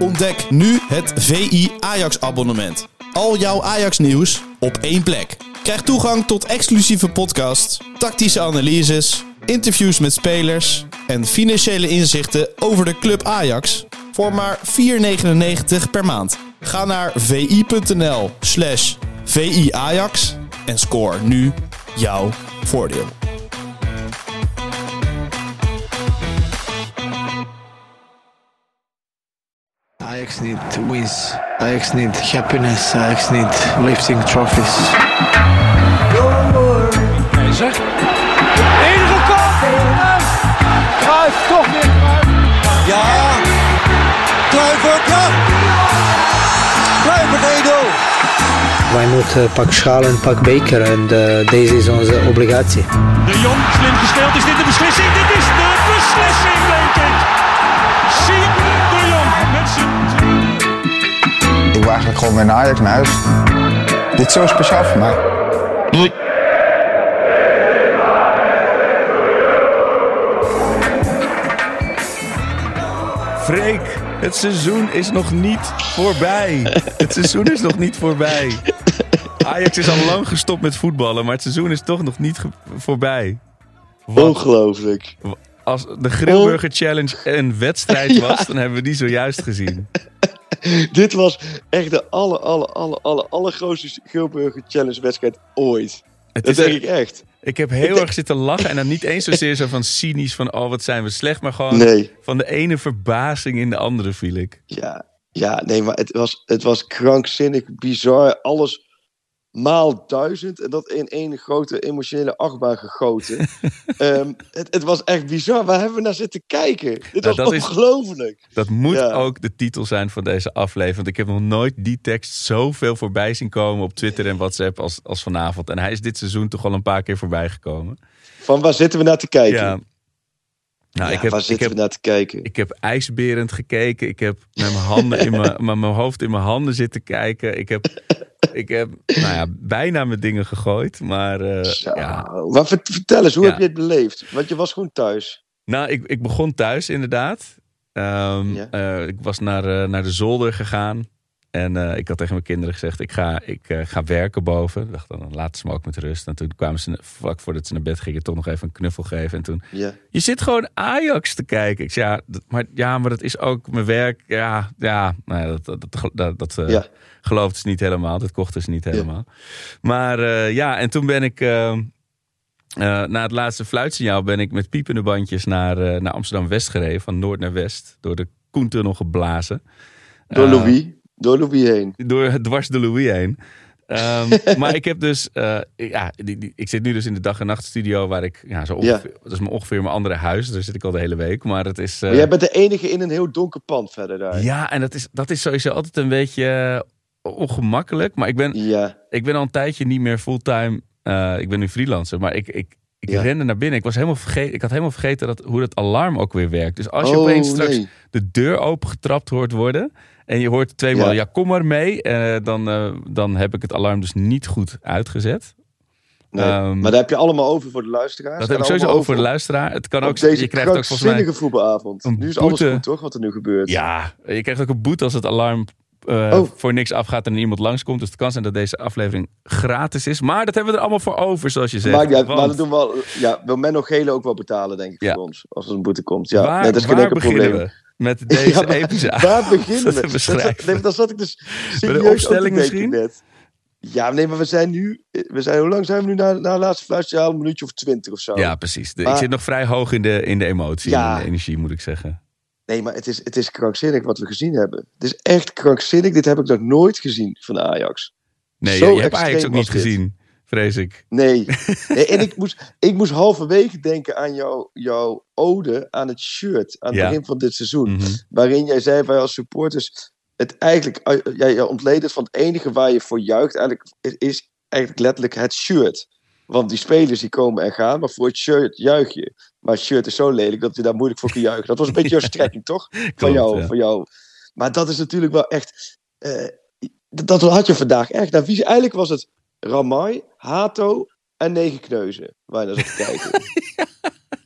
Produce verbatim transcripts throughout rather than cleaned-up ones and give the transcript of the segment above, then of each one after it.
Ontdek nu het V I Ajax abonnement. Al jouw Ajax nieuws op één plek. Krijg toegang tot exclusieve podcasts, tactische analyses, interviews met spelers en financiële inzichten over de club Ajax voor maar vier negenennegentig per maand. Ga naar vi.nl slash VIAjax en score nu jouw voordeel. Ajax need wins. Ajax need happiness. Ajax need lifting trophies. Keizer. Enige kop. Cruijff, toch weer Cruijff. Ja. Kluivert, ja. Kluivert één nul. Wij moeten pak schaal en pak beker en uh, deze is onze obligatie. De Jong, slim gespeeld. Is dit de beslissing? Dit is de beslissing, denk ik. Siem de Jong met zijn... Ik wil eigenlijk gewoon weer naar Ajax naar huis. Dit is zo speciaal voor mij. Doei. Freek, het seizoen is nog niet voorbij. Het seizoen is nog niet voorbij. Ajax is al lang gestopt met voetballen, maar het seizoen is toch nog niet ge- voorbij. Wat, Ongelooflijk. als de Grillburger Challenge een wedstrijd was, ja. Dan hebben we die zojuist gezien. Dit was echt de aller, aller, aller, aller, allergrootste Grillburger Challenge wedstrijd ooit. Het dat is denk ik echt. Ik heb heel erg zitten lachen en dan niet eens zozeer zo van cynisch van oh wat zijn we slecht, maar gewoon nee. Van de ene verbazing in de andere viel ik. Ja, ja nee, maar het was, het was krankzinnig, bizar, alles maal duizend en dat in één grote emotionele achtbaan gegoten. um, het, het was echt bizar. Waar hebben we naar zitten kijken? Dit nou, was dat ongelooflijk. Is, dat moet ja. ook de titel zijn van deze aflevering. Want ik heb nog nooit die tekst zoveel voorbij zien komen op Twitter en WhatsApp als, als vanavond. En hij is dit seizoen toch al een paar keer voorbij gekomen. Van waar zitten we naar te kijken? Ja. Nou, ja, ik heb, waar zitten ik heb, we naar te kijken? Ik heb ijsberend gekeken. Ik heb met mijn handen in mijn, met mijn hoofd in mijn handen zitten kijken. Ik heb, ik heb nou ja, bijna mijn dingen gegooid. Maar, uh, Zo, ja. maar vertel eens, hoe ja. heb je het beleefd? Want je was gewoon thuis. Nou, ik, ik begon thuis inderdaad. Um, ja. uh, ik was naar, uh, naar de zolder gegaan. En uh, ik had tegen mijn kinderen gezegd, ik ga, ik, uh, ga werken boven. Ik dacht, dan laten ze me ook met rust. En toen kwamen ze, vlak voordat ze naar bed gingen, toch nog even een knuffel geven. En toen, ja. je zit gewoon Ajax te kijken. Ik zei, ja, dat, maar, ja, maar dat is ook mijn werk. Ja, ja, nou, dat, dat, dat, dat, dat uh, ja. geloofden ze niet helemaal. Dat kochten ze niet helemaal. Ja. Maar uh, ja, en toen ben ik... Uh, Uh, na het laatste fluitsignaal ben ik met piepende bandjes naar, uh, naar Amsterdam-West gereden. Van noord naar west. Door de Koentunnel geblazen. Door uh, Louis? Door Louis heen? Door dwars de Louis heen. Um, maar ik heb dus... Uh, ja, die, die, ik zit nu dus in de dag- en nachtstudio waar ik... Ja, zo ongeveer, ja. Dat is ongeveer mijn andere huis. Daar zit ik al de hele week. Maar het is... Uh, maar jij bent de enige in een heel donker pand verder daar. Ja, en dat is, dat is sowieso altijd een beetje uh, ongemakkelijk. Maar ik ben, ja. ik ben al een tijdje niet meer fulltime... Uh, ik ben nu freelancer, maar ik, ik, ik ja. rende naar binnen. Ik, was helemaal vergeten, ik had helemaal vergeten dat, hoe dat alarm ook weer werkt. Dus als je oh, opeens straks nee. de deur opengetrapt hoort worden... en je hoort tweemaal, ja, ja kom maar mee... Uh, dan, uh, dan heb ik het alarm dus niet goed uitgezet. Nee, um, maar daar heb je allemaal over voor de luisteraars. Dat heb ik sowieso over voor de luisteraar. Het kan op ook, deze je krijgt ook volgens mij voetbalavond. Nu is alles goed, toch, wat er nu gebeurt? Ja, je krijgt ook een boete als het alarm... Uh, oh. voor niks afgaat en er iemand langskomt. Dus het kan zijn dat deze aflevering gratis is. Maar dat hebben we er allemaal voor over, zoals je zegt. Maar, ja, want... maar dat doen we wel, ja, wil Menno Gele ook wel betalen, denk ik, ja. voor ons. Als er een boete komt. Ja, waar nee, dat is waar geen beginnen probleem. we met deze ja, waar, episode? Waar beginnen we? Dat zat, nee, dan zat ik dus bij de opstelling misschien? Net. Ja, nee, maar we zijn nu... We zijn, hoe lang zijn we nu na, na de laatste fluitsignaal? Een minuutje of twintig of zo. Ja, precies. De, maar, ik zit nog vrij hoog in de, in de emotie ja, en de energie, moet ik zeggen. Nee, maar het is, het is krankzinnig wat we gezien hebben. Het is echt krankzinnig. Dit heb ik nog nooit gezien van de Ajax. Nee, Zo je hebt Ajax ook niet dit. gezien, vrees ik. Nee. nee en ik moest, ik moest halverwege denken aan jou, jouw ode aan het shirt. Aan het ja. begin van dit seizoen. Mm-hmm. Waarin jij zei, wij als supporters... Het eigenlijk, jij ontleed het van het enige waar je voor juicht. Eigenlijk is eigenlijk letterlijk het shirt. Want die spelers die komen en gaan, maar voor het shirt juich je. Maar het shirt is zo lelijk dat je daar moeilijk voor kan juichen. Dat was een beetje jouw strekking, toch? Van Klopt, jou, ja. van jou. Maar dat is natuurlijk wel echt... Uh, dat had je vandaag echt. Nou, wie, eigenlijk was het Ramai, Hato en negen kneuzen. Waar je naar zat te kijken.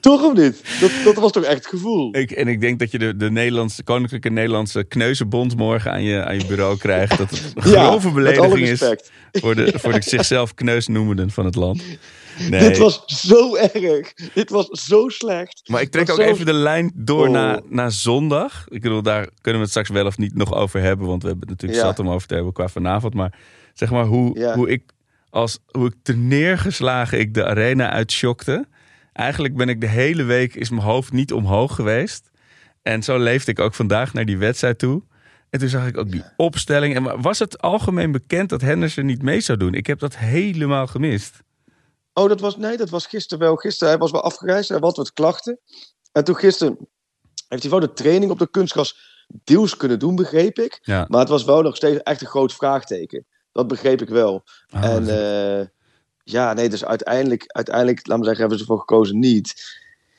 Toch of niet? Dat, dat was toch echt het gevoel? Ik, en ik denk dat je de, de Nederlandse, Koninklijke Nederlandse Kneuzenbond morgen aan je, aan je bureau krijgt. Dat het een grove ja, belediging is voor de, voor de zichzelf kneus noemenden van het land. Nee. Dit was zo erg. Dit was zo slecht. Maar ik trek ook zo... even de lijn door oh. naar, naar zondag. Ik bedoel, daar kunnen we het straks wel of niet nog over hebben. Want we hebben het natuurlijk ja. zat om over te hebben qua vanavond. Maar zeg maar hoe, ja. hoe ik als hoe ik terneergeslagen ik de arena uitschokte. Eigenlijk ben ik de hele week, is mijn hoofd niet omhoog geweest. En zo leefde ik ook vandaag naar die wedstrijd toe. En toen zag ik ook die opstelling. En was het algemeen bekend dat Henderson niet mee zou doen? Ik heb dat helemaal gemist. Oh, dat was, nee, dat was gisteren wel. Gisteren, hij was wel afgereisd, hij had wat klachten. En toen gisteren heeft hij wel de training op de kunstgras deels kunnen doen, begreep ik. Ja. Maar het was wel nog steeds echt een groot vraagteken. Dat begreep ik wel. Oh, en uh, ja, nee, dus uiteindelijk, uiteindelijk, laat me zeggen, hebben ze ervoor gekozen niet.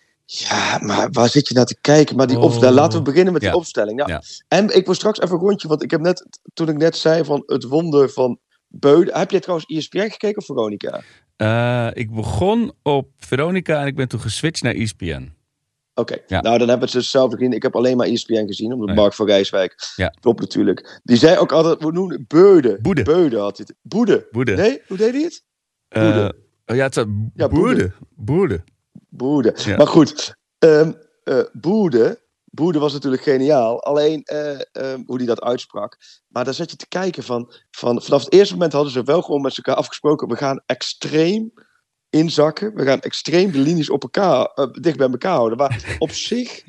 Ja, maar waar zit je naar te kijken? Maar die oh. opstelling, laten we beginnen met ja. die opstelling. Ja. Ja. En ik wil straks even een rondje, want ik heb net, toen ik net zei van het wonder van Beuden. Heb je trouwens E S P N gekeken of Veronica? Uh, ik begon op Veronica en ik ben toen geswitcht naar E S P N. Oké, okay. ja. Nou dan hebben we het zelf gezien. Ik heb alleen maar E S P N gezien, omdat nee. Mark van Rijswijk. Ja. Klopt natuurlijk. Die zei ook altijd, we noemen Beuden. Boede. Beuden had hij het. Boede. Boede. Nee, hoe deed hij het? Boede. Uh, ja, het is ja, Boede. Boede. Boede. Ja. Maar goed, um, uh, Boede... Boede was natuurlijk geniaal. Alleen uh, uh, hoe hij dat uitsprak. Maar daar zat je te kijken van, van... Vanaf het eerste moment hadden ze wel gewoon met elkaar afgesproken. We gaan extreem inzakken. We gaan extreem de linies op elkaar, uh, dicht bij elkaar houden. Waar op zich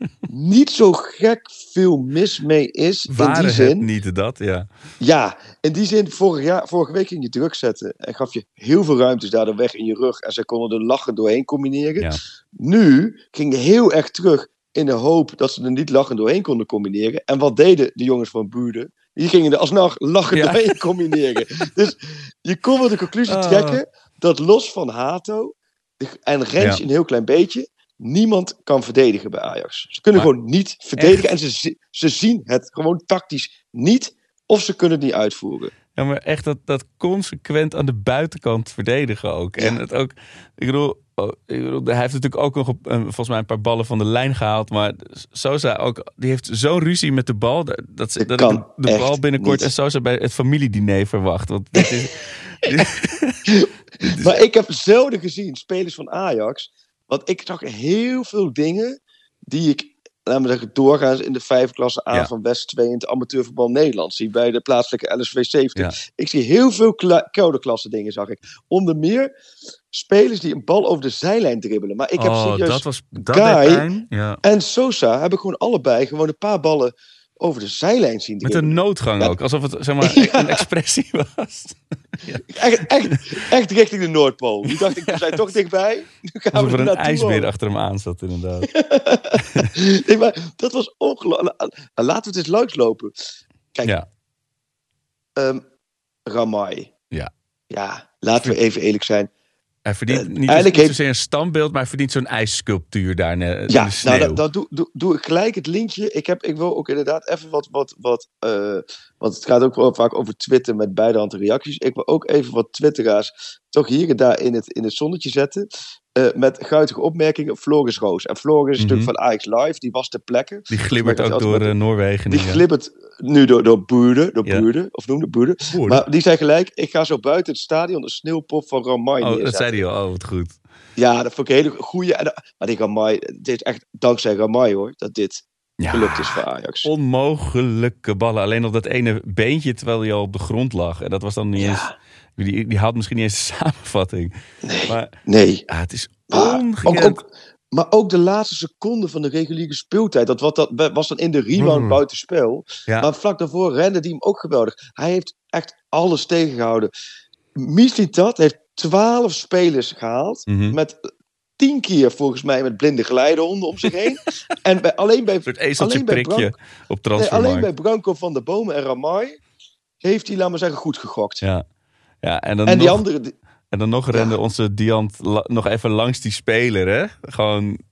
niet zo gek veel mis mee is. Waren in die zin, het niet dat, ja. Ja, in die zin, vorig jaar, vorige week ging je druk zetten. En gaf je heel veel ruimtes daardoor weg in je rug. En zij konden er lachen doorheen combineren. Ja. Nu ging je heel erg terug... in de hoop dat ze er niet lachend doorheen konden combineren. En wat deden de jongens van Buurde? Die gingen er alsnog lachend ja. doorheen combineren. Dus je kon wel de conclusie uh. trekken... dat los van Hato en Rens ja. een heel klein beetje... niemand kan verdedigen bij Ajax. Ze kunnen maar gewoon niet verdedigen. Echt? En ze, ze zien het gewoon tactisch niet... of ze kunnen het niet uitvoeren. Ja, maar echt dat, dat consequent aan de buitenkant verdedigen ook. Ja. En het ook... Ik bedoel... Oh, hij heeft natuurlijk ook nog op, volgens mij een paar ballen van de lijn gehaald. Maar Sosa ook, die heeft zo'n ruzie met de bal. Dat, ze, dat de, de bal binnenkort niet. En Sosa bij het familiediner verwacht. Want dit is, dit, dit maar ik heb zelden gezien, spelers van Ajax. Want ik zag heel veel dingen die ik, laten we zeggen, doorgaans in de vijf klasse A ja. van West twee in het amateurvoetbal Nederland zie. Bij de plaatselijke L S V zeventig. Ja. Ik zie heel veel kla- koude klasse dingen, zag ik. Onder meer... spelers die een bal over de zijlijn dribbelen. Maar ik heb oh, serieus... dat was dat Guy ja. en Sosa hebben gewoon allebei gewoon een paar ballen over de zijlijn zien dribbelen. Met een noodgang ja. ook. Alsof het zeg maar ja. een expressie was. ja. echt, echt, echt richting de Noordpool. Nu dacht ik, we zijn toch dichtbij. Nu gaan alsof we er een ijsbeer achter hem aan zat inderdaad. nee, maar dat was ongelooflijk. Laten we het eens langslopen. Kijk. Ja. Um, Ramai. Ja. Ja, laten we even eerlijk zijn. Hij verdient uh, niet, niet heeft... zozeer een standbeeld, maar hij verdient zo'n ijssculptuur daar in de, ja, in de sneeuw. Ja, nou, dat doe, doe, doe ik gelijk het linkje. Ik, heb, ik wil ook inderdaad even wat... wat, wat uh, want het gaat ook wel vaak over Twitter met beide handen reacties. Ik wil ook even wat twitteraars toch hier en daar in het, in het zonnetje zetten. Uh, met guitige opmerkingen. Floris Roos. En Floris is mm-hmm. natuurlijk van Ajax Live. Die was ter plekke. Die glibbert ook door uh, Noorwegen. Die glibbert nu door, door Buurde. Door ja. Buurde. Of noemde Buurde. Boerde. Maar die zei gelijk... Ik ga zo buiten het stadion een sneeuwpop van Ramai Oh, neerzetten. dat zei hij al. Oh, wat goed. Ja, dat vond ik een hele goeie. Maar die Ramai... Dit is echt dankzij Ramai hoor. Dat dit ja, gelukt is voor Ajax. Onmogelijke ballen. Alleen op dat ene beentje terwijl hij al op de grond lag. En dat was dan niet ja. eens... Die, die had misschien niet eens de samenvatting. Nee, maar, nee. Ja, het is ongekend. Ook, ook, maar ook de laatste seconde van de reguliere speeltijd. Dat, wat, dat was dan in de rebound mm. buitenspel. Ja. Maar vlak daarvoor rende die hem ook geweldig. Hij heeft echt alles tegengehouden. Mislitat heeft twaalf spelers gehaald. Mm-hmm. Met tien keer volgens mij met blinde geleidehonden om zich heen. en bij, alleen bij... Een soort ezeltje prikje Branco, op Transfermarkt. Nee, alleen bij Branco van der Bomen en Ramai heeft hij, laat maar zeggen, goed gegokt. Ja. Ja, en dan en nog, die andere... En dan nog rende ja. onze Diant la, nog even langs die speler, hè? Gewoon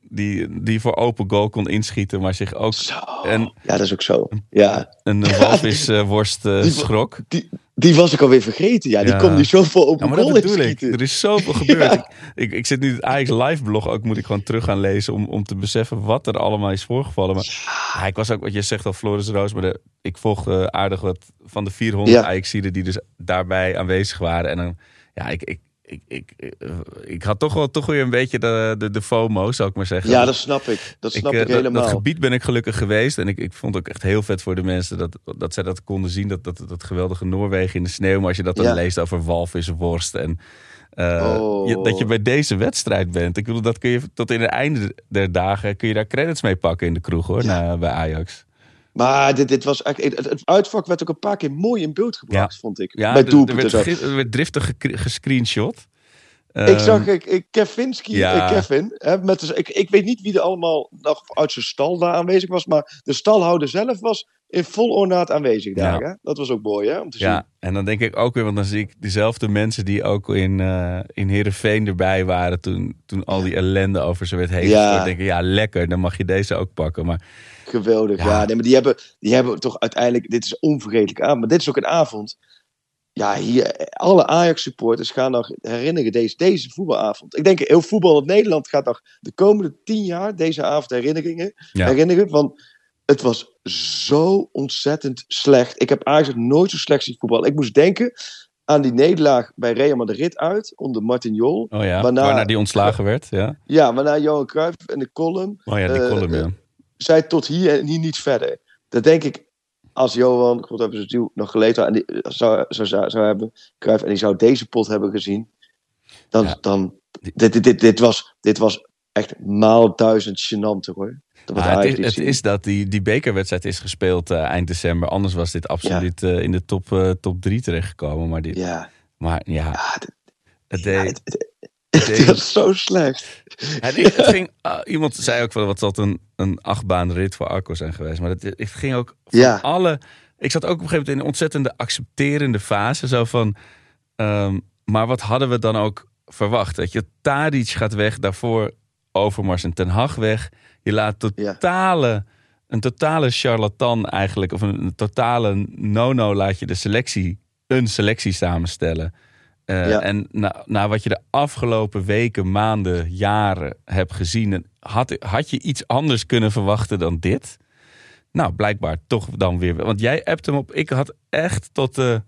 die, die voor open goal kon inschieten, maar zich ook... Zo. En, ja, dat is ook zo. Ja. Een, een walvisworst uh, die, schrok. Die, die was ik alweer vergeten. Ja, die ja. kon niet zoveel open ja, goal inschieten. Ik. Er is zoveel gebeurd. Ja. Ik, ik, ik zit nu het Ajax Live blog ook, moet ik gewoon terug gaan lezen om, om te beseffen wat er allemaal is voorgevallen. Maar ja, ik was ook, wat je zegt al, Floris Roos, maar de, ik volg uh, aardig wat van de vierhonderd ja. Ajaxiden die dus daarbij aanwezig waren. En dan, ja, ik... ik Ik, ik, ik had toch wel toch weer een beetje de, de, de FOMO, zou ik maar zeggen. Ja, dat snap ik. Dat snap ik, ik helemaal. Dat, dat gebied ben ik gelukkig geweest. En ik, ik vond het ook echt heel vet voor de mensen dat, dat zij dat konden zien. Dat, dat, dat geweldige Noorwegen in de sneeuw. Maar als je dat dan ja. leest over walvisworst. En uh, oh. je, dat je bij deze wedstrijd bent. Ik bedoel, dat kun je tot in het einde der dagen kun je daar credits mee pakken in de kroeg, hoor. Ja. Na, bij Ajax. Maar dit, dit was eigenlijk, het, het uitvak werd ook een paar keer mooi in beeld gebracht, ja. vond ik. Ja, bij er, er, werd, er werd driftig gescreenshot. Um, ik zag ik, ik, Kevinski, ja. Kevin, hè, met de, ik, ik weet niet wie er allemaal nog uit zijn stal daar aanwezig was, maar de stalhouder zelf was in vol ornaat aanwezig daar. Ja. Hè? Dat was ook mooi, hè, om te ja, zien. En dan denk ik ook weer, want dan zie ik diezelfde mensen die ook in, uh, in Heerenveen erbij waren toen, toen al die ellende over ze werd heen ja. gestort. Denken, ja, lekker, dan mag je deze ook pakken, maar... Geweldig, ja. ja nee, maar die hebben, die hebben toch uiteindelijk... Dit is onvergetelijk aan, maar dit is ook een avond... Ja, hier, alle Ajax-supporters gaan nog herinneren deze, deze voetbalavond. Ik denk, heel voetbal in Nederland gaat nog de komende tien jaar deze avond herinneringen, ja. herinneren. Want het was zo ontzettend slecht. Ik heb Ajax nooit zo slecht zien voetballen. Ik moest denken aan die nederlaag bij Real Madrid uit, onder Martin Jol. Oh ja, waarna, waarna die ontslagen werd. Ja, ja waarna Johan Cruijff en de column... Oh ja, die uh, column, ja. zei tot hier en hier niet verder. Dat denk ik, als Johan, God hebben ze het nog geleden, en die zou, zou, zou, zou hebben, Cruijff, en die zou deze pot hebben gezien, dan, ja. dan dit, dit, dit, dit, was, dit was echt maal duizend gênanter, hoor. Dat ah, het, is, het is dat die, die bekerwedstrijd is gespeeld uh, eind december, anders was dit absoluut ja. uh, in de top, uh, top drie terechtgekomen. Maar, dit, ja. maar ja, ja, dit, het deed... Ja, het, het, Het was zo slecht. Het, het ging, uh, iemand zei ook van wat zal het een, een achtbaanrit voor Arco zijn geweest. Maar het, het ging ook van ja. alle... Ik zat ook op een gegeven moment in een ontzettende accepterende fase. Zo van, um, maar wat hadden we dan ook verwacht? Dat je Tadic gaat weg, daarvoor Overmars en Ten Hag weg. Je laat totale, ja. een totale charlatan eigenlijk, of een, een totale no-no laat je de selectie, een selectie samenstellen. Uh, ja. En na, na wat je de afgelopen weken, maanden, jaren hebt gezien, had, had je iets anders kunnen verwachten dan dit? Nou, blijkbaar toch dan weer. Want jij appt hem op. Ik had echt tot de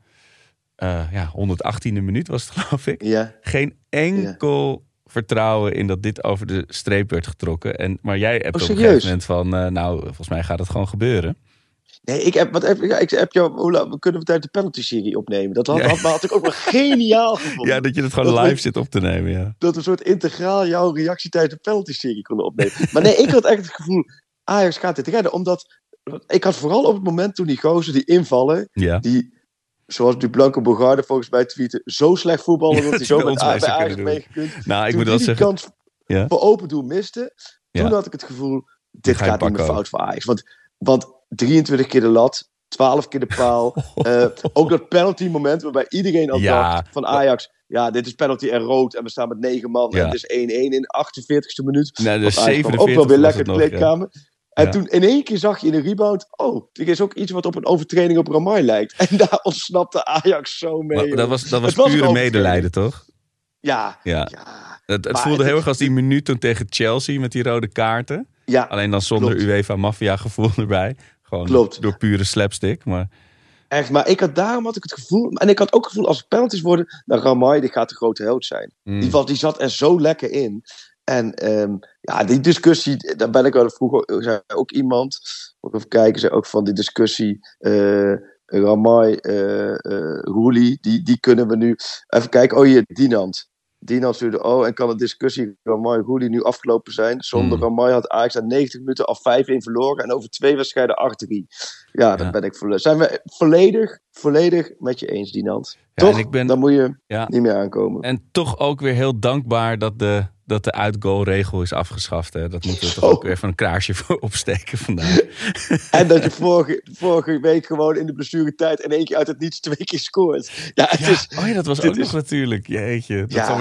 uh, ja, honderdachttiende minuut was het, geloof ik. Ja. Geen enkel ja. vertrouwen in dat dit over de streep werd getrokken. En, maar jij appt oh, op een gegeven moment van, uh, nou, volgens mij gaat het gewoon gebeuren. Nee, ik heb, wat heb, ja, ik heb jou, hoe lang kunnen we het uit de penalty-serie opnemen? Dat had, ja. had, had ik ook wel geniaal gevonden. Ja, dat je het gewoon dat live we, zit op te nemen, ja. Dat we een soort integraal jouw reactie tijdens de penalty-serie konden opnemen. Maar nee, ik had echt het gevoel, Ajax gaat dit redden. Omdat, ik had vooral op het moment toen die gozer, die invallen, ja. die, zoals die Blanco Bogarde volgens mij tweeten, zo slecht voetballen ja, dat hij zo met Ajax, bij Ajax meegekund. Nou, ik toen moet wel zeggen. die kans ja. voor open doel miste, toen ja. had ik het gevoel, dit gaat niet meer fout voor Ajax. Want, want drieëntwintig keer de lat, twaalf keer de paal. uh, ook dat penalty moment waarbij iedereen al ja. dacht van Ajax, ja, dit is penalty en rood en we staan met negen man ja. en het is één-één in de achtenveertigste minuut. Nee, dus zevenenveertig ook wel weer lekker de kleedkamer. Ja. En ja. toen in één keer zag je in de rebound, oh, er is ook iets wat op een overtreding op Ramai lijkt. En daar ontsnapte Ajax zo mee. Maar dat was, dat was, was pure medelijden, toch? Ja. ja. ja. Het, het voelde het, heel erg als die minuut toen tegen Chelsea met die rode kaarten. Ja, alleen dan zonder klopt. UEFA maffia gevoel erbij. Gewoon klopt. Door pure slapstick. Maar... Echt, maar ik had, daarom had ik het gevoel... En ik had ook het gevoel, als het penalties worden, dan Ramai, die gaat de grote held zijn. Mm. Die, was, die zat er zo lekker in. En um, ja, die discussie, daar ben ik wel vroeger... zei ook iemand, even kijken, zei ook van die discussie... Uh, Ramai, uh, uh, Roelie, die, die kunnen we nu... Even kijken, oh hier, Dinant. Dinant stuurde, oh, en kan de discussie Ramai Roelie nu afgelopen zijn? Zonder mm. Ramai had Ajax aan negentig minuten al vijf-één verloren en over twee wedstrijden acht drie. Ja, dat ja. ben ik volledig. Zijn we volledig, volledig met je eens, Dinant? Ja, toch? Ik ben, dan moet je ja. niet meer aankomen. En toch ook weer heel dankbaar dat de, dat de uitgoal-regel is afgeschaft. Hè? Dat moeten we toch ook weer even een kraarsje voor opsteken vandaag. En dat je vorige, vorige week gewoon in de blessuretijd in één keer uit het niets twee keer scoort. Ja, het ja. is, oh ja, dat was ook is... nog natuurlijk. Jeetje. Dat ja. is alweer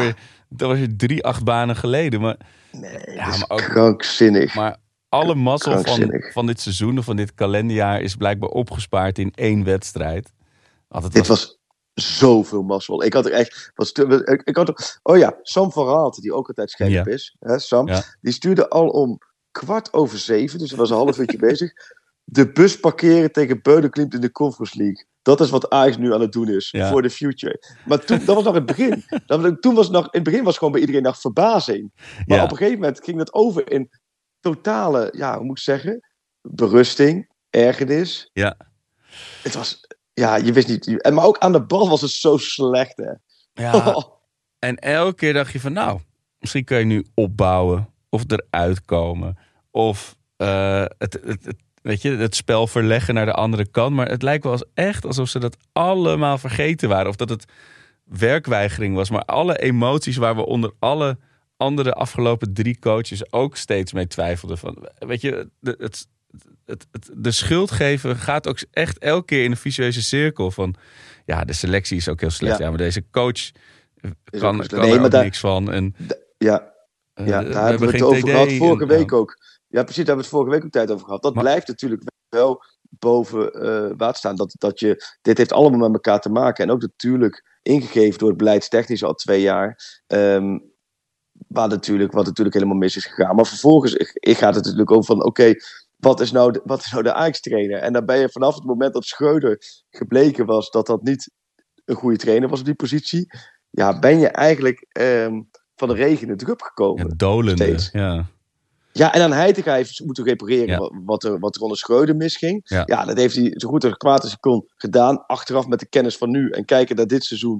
dat was je drie achtbanen geleden. Maar, nee, ja, dat is maar ook, krankzinnig. Maar alle mazzel van, Krankzinnig. van dit seizoen of van dit kalenderjaar is blijkbaar opgespaard in één wedstrijd. Altijd Dit was... was zoveel mazzel. Ik had er echt... Was te, ik, ik had er, oh ja, Sam van Raalte, die ook altijd scherp Ja. is. Hè, Sam, Ja. die stuurde al om kwart over zeven, dus dat was een half uurtje bezig. De bus parkeren tegen Beudenklimt in de Conference League. Dat is wat Ajax nu aan het doen is. Ja. For the future. Maar toen, dat was nog het begin. Dat was, toen was nog, in het begin was gewoon bij iedereen nog verbazing. Maar Ja. op een gegeven moment ging dat over in totale, ja, hoe moet ik zeggen? Berusting, ergernis. Ja. Het was, ja, je wist niet. En, maar ook aan de bal was het zo slecht, hè. Ja. En elke keer dacht je van, nou, misschien kun je nu opbouwen. Of eruit komen. Of uh, het, het, het, weet je, het spel verleggen naar de andere kant. Maar het lijkt wel als echt alsof ze dat allemaal vergeten waren. Of dat het werkweigering was. Maar alle emoties waar we onder alle andere afgelopen drie coaches ook steeds mee twijfelden. Van, weet je, de, het, het, het, de schuld geven gaat ook echt elke keer in een visueuze cirkel. Van, ja, de selectie is ook heel slecht. Ja, ja maar deze coach kan, kan nee, er ook daar, niks van. En, d- ja. Ja, Uh, daar we hebben we het geen over T D gehad. Vorige en, week ja. ook. Ja, precies, daar hebben we het vorige week ook tijd over gehad. Dat Maar, blijft natuurlijk wel boven uh, water staan. Dat, dat je, dit heeft allemaal met elkaar te maken. En ook natuurlijk ingegeven door het beleidstechnisch al twee jaar. Um, waar natuurlijk, wat natuurlijk helemaal mis is gegaan. Maar vervolgens ik, ik gaat het natuurlijk over van... Oké, okay, wat is nou de, wat is nou de Ajax-trainer? En dan ben je vanaf het moment dat Schreuder gebleken was... dat dat niet een goede trainer was op die positie... Ja, ben je eigenlijk... Um, van de regen in de drup gekomen. Ja, dolende, steeds. ja. Ja, en dan Heitinga heeft moeten repareren ja. wat, er, wat er onder Schreuder misging. Ja. ja, dat heeft hij zo goed als kwaad als hij kon gedaan. Achteraf met de kennis van nu. En kijken naar dit seizoen.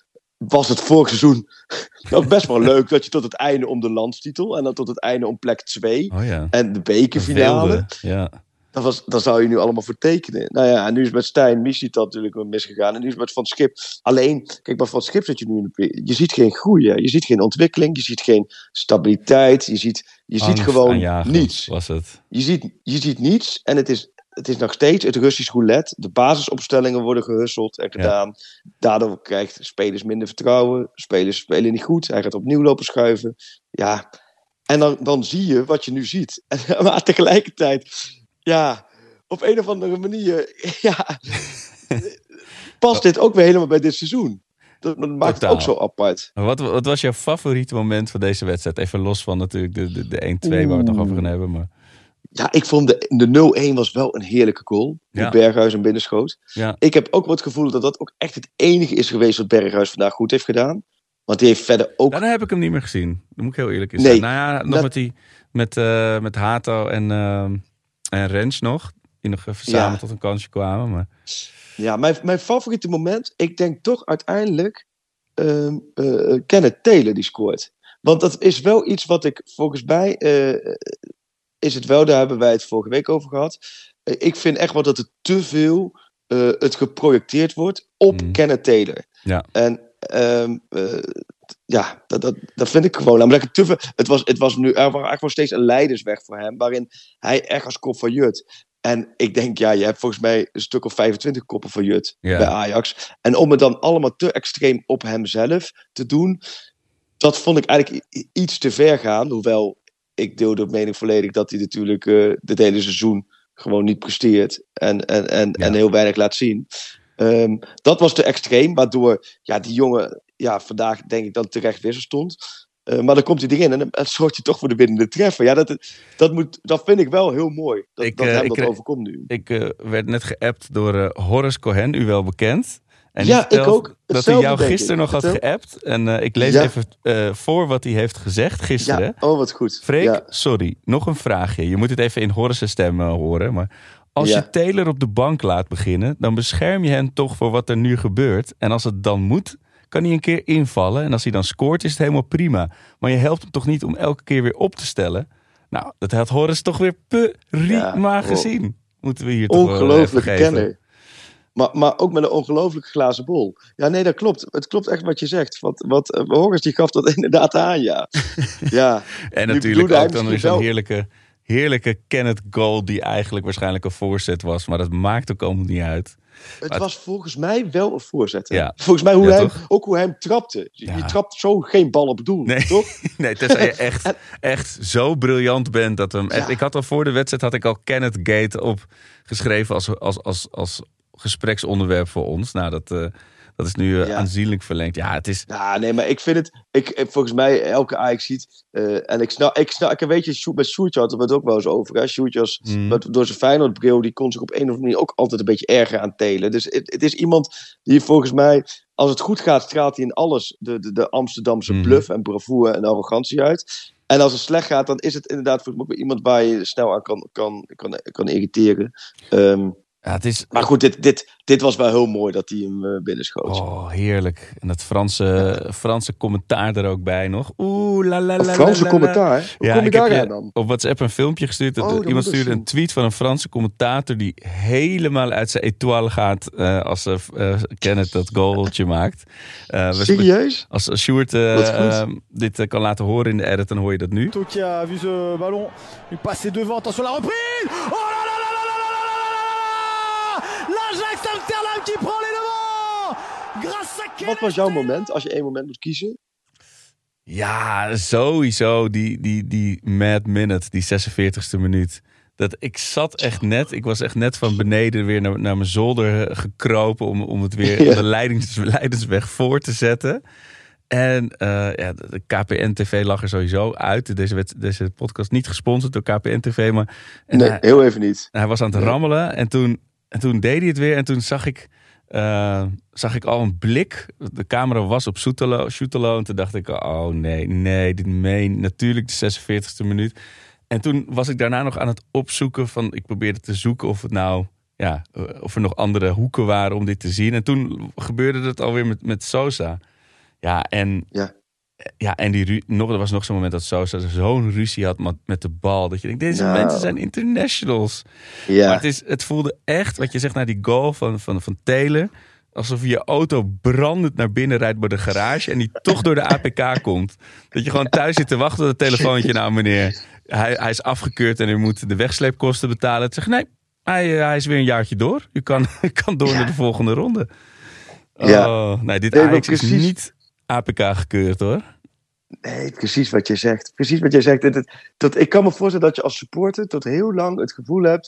Was het vorig seizoen nog best wel leuk dat je tot het einde om de landstitel. En dan tot het einde om plek twee. Oh ja. En de bekerfinale. Ja. Dat was, daar zou je nu allemaal voor tekenen. Nou ja, en nu is met Stijn Missie dat natuurlijk misgegaan. En nu is met Van Schip. Alleen, kijk, bij Van Schip zit je nu in de... Je ziet geen groei, hè? Je ziet geen ontwikkeling. Je ziet geen stabiliteit. Je ziet, je ziet gewoon niets. Was het. Je ziet, je ziet niets. En het is, het is nog steeds het Russisch roulette. De basisopstellingen worden gehusseld en gedaan. Ja. Daardoor krijgt spelers minder vertrouwen. Spelers spelen niet goed. Hij gaat opnieuw lopen schuiven. Ja. En dan, dan zie je wat je nu ziet. En, maar tegelijkertijd... Ja, op een of andere manier ja, past dit ook weer helemaal bij dit seizoen. Dat, dat maakt Totaal. Het ook zo apart. Wat, wat was jouw favoriete moment van deze wedstrijd? Even los van natuurlijk de, de, de een twee waar we het nog over gaan hebben. Maar... Ja, ik vond de, de nul-een was wel een heerlijke goal. Die ja. Berghuis en binnenschoot. Ja. Ik heb ook wat het gevoel dat dat ook echt het enige is geweest wat Berghuis vandaag goed heeft gedaan. Want die heeft verder ook... Daarna heb ik hem niet meer gezien. Dat moet ik heel eerlijk zijn. Nee, nou ja, nog dat... met, die, met, uh, met Hato en... Uh... En Rens nog, die nog even samen ja. tot een kansje kwamen. Maar... Ja, mijn, mijn favoriete moment, ik denk toch uiteindelijk uh, uh, Kenneth Taylor die scoort. Want dat is wel iets wat ik volgens mij, uh, is het wel, daar hebben wij het vorige week over gehad. Uh, ik vind echt wel dat er te veel uh, het geprojecteerd wordt op mm. Kenneth Taylor. Ja. En um, uh, ja, dat, dat, dat vind ik gewoon. Namelijk te veel, het, was, het was nu er was eigenlijk wel steeds een leidersweg voor hem, waarin hij echt als kop van Jut. En ik denk, ja, je hebt volgens mij een stuk of vijfentwintig koppen van Jut ja. bij Ajax. En om het dan allemaal te extreem op hemzelf te doen, dat vond ik eigenlijk iets te ver gaan. Hoewel, ik deel de mening volledig dat hij natuurlijk uh, dit hele seizoen gewoon niet presteert. En, en, en, ja. en heel weinig laat zien. Um, dat was te extreem, waardoor ja, die jongen ja, vandaag denk ik dan terecht wissel stond. Uh, maar dan komt hij erin en dan zorgt hij toch voor de winnende treffer. Ja, dat, dat, moet, dat vind ik wel heel mooi. Dat, ik, dat uh, hem ik, dat overkomt nu. Ik uh, werd net geappt door uh, Horace Cohen, u wel bekend. En ja, ik ook. Dat hij jou gisteren nog had geappt. En uh, ik lees ja. even uh, voor wat hij heeft gezegd gisteren. Ja, oh wat goed. Freek, ja. sorry, nog een vraagje. Je moet het even in Horace's stem uh, horen. Maar als ja. je Taylor op de bank laat beginnen, dan bescherm je hem toch voor wat er nu gebeurt. En als het dan moet, kan hij een keer invallen. En als hij dan scoort, is het helemaal prima. Maar je helpt hem toch niet om elke keer weer op te stellen? Nou, dat had Horace toch weer prima ja, gezien. Oh. Moeten we hier toch ongelooflijke kenner. Maar, maar ook met een ongelooflijke glazen bol. Ja, nee, dat klopt. Het klopt echt wat je zegt. Wat, wat uh, Horace die gaf dat inderdaad aan, ja. ja. En natuurlijk ook dan weer zo'n heerlijke heerlijke Kenneth goal die eigenlijk waarschijnlijk een voorzet was. Maar dat maakt ook allemaal niet uit. Het maar was volgens mij wel een voorzet. Ja. Volgens mij hoe ja, hij hem, toch? ook hoe hij hem trapte. Je, Ja. je trapt zo geen bal op doel, Nee. toch? Nee, tenzij je echt, echt zo briljant bent. Dat we hem, Ja. Ik had al voor de wedstrijd had ik al Kenneth Gate opgeschreven als, als, als, als gespreksonderwerp voor ons. Nou, dat, uh, dat is nu uh, Ja. aanzienlijk verlengd. Ja, het is... Ja, nee, maar ik vind het... Ik, volgens mij, elke Ajax ziet... Uh, en ik snap... Ik, snap, ik weet je, met Sjoerdje had er het ook wel eens over. Hè? Sjoerdje was Mm. met, door zijn Feyenoordbril... die kon zich op een of andere manier ook altijd een beetje erger aan telen. Dus het, het is iemand die volgens mij... Als het goed gaat, straalt hij in alles... de, de, de Amsterdamse Mm. bluff en bravoure en arrogantie uit. En als het slecht gaat, dan is het inderdaad volgens mij iemand waar je snel aan kan, kan, kan, kan irriteren. Um, Ja, het is... Maar goed, dit, dit, dit was wel heel mooi dat hij hem uh, binnenschoot. Oh, heerlijk. En dat Franse, ja. Franse commentaar er ook bij nog. Oeh, la la la. Een Franse la, la, commentaar? Hoe ja, kom je daar aan dan? Op WhatsApp een filmpje gestuurd. Oh, dat, iemand stuurde een tweet van een Franse commentator die helemaal uit zijn étoile gaat uh, als ze uh, Kenneth dat goaltje maakt. Uh, Serieus? Als Sjoerd uh, uh, dit uh, kan laten horen in de edit, dan hoor je dat nu. Toki a vu ce ballon, il passe devant, attention la reprise. Oh là là! L'Ajax Amsterdam qui prend les devants! Grâce à Kenneth. Wat was jouw moment, als je één moment moet kiezen? Ja, sowieso die, die, die mad minute, die zesenveertigste minuut. Dat, ik zat echt net, ik was echt net van beneden weer naar, naar mijn zolder gekropen... om, om het weer ja. de leidings, leidensweg voor te zetten. En uh, ja, de K P N T V lag er sowieso uit. Deze, wet, deze podcast niet gesponsord door K P N T V. Maar, nee, hij, heel even niet. Hij was aan het nee. rammelen en toen... En toen deed hij het weer en toen zag ik, uh, zag ik al een blik. De camera was op Soetelo, Soetelo en toen dacht ik, oh nee, nee, dit meen natuurlijk de zesenveertigste minuut. En toen was ik daarna nog aan het opzoeken van, ik probeerde te zoeken of het nou, ja, of er nog andere hoeken waren om dit te zien. En toen gebeurde het alweer met, met Sosa. Ja, en... Ja. Ja, en die, nog, er was nog zo'n moment dat Sosa zo'n ruzie had met, met de bal. Dat je denkt, deze nou. mensen zijn internationals. Ja. Maar het, is, het voelde echt, wat je zegt naar die goal van, van, van Taylor... alsof je auto brandend naar binnen rijdt bij de garage... en die toch door de A P K komt. Dat je gewoon thuis zit te wachten op het telefoontje. Nou meneer, hij, hij is afgekeurd en u moet de wegsleepkosten betalen. Het zegt, nee, hij, hij is weer een jaartje door. U kan, kan door ja. naar de volgende ronde. Oh, ja. Nee, dit Ajax is niet... A P K gekeurd hoor. Nee, precies wat je zegt. Precies wat jij zegt. Het, het, tot, ik kan me voorstellen dat je als supporter tot heel lang het gevoel hebt...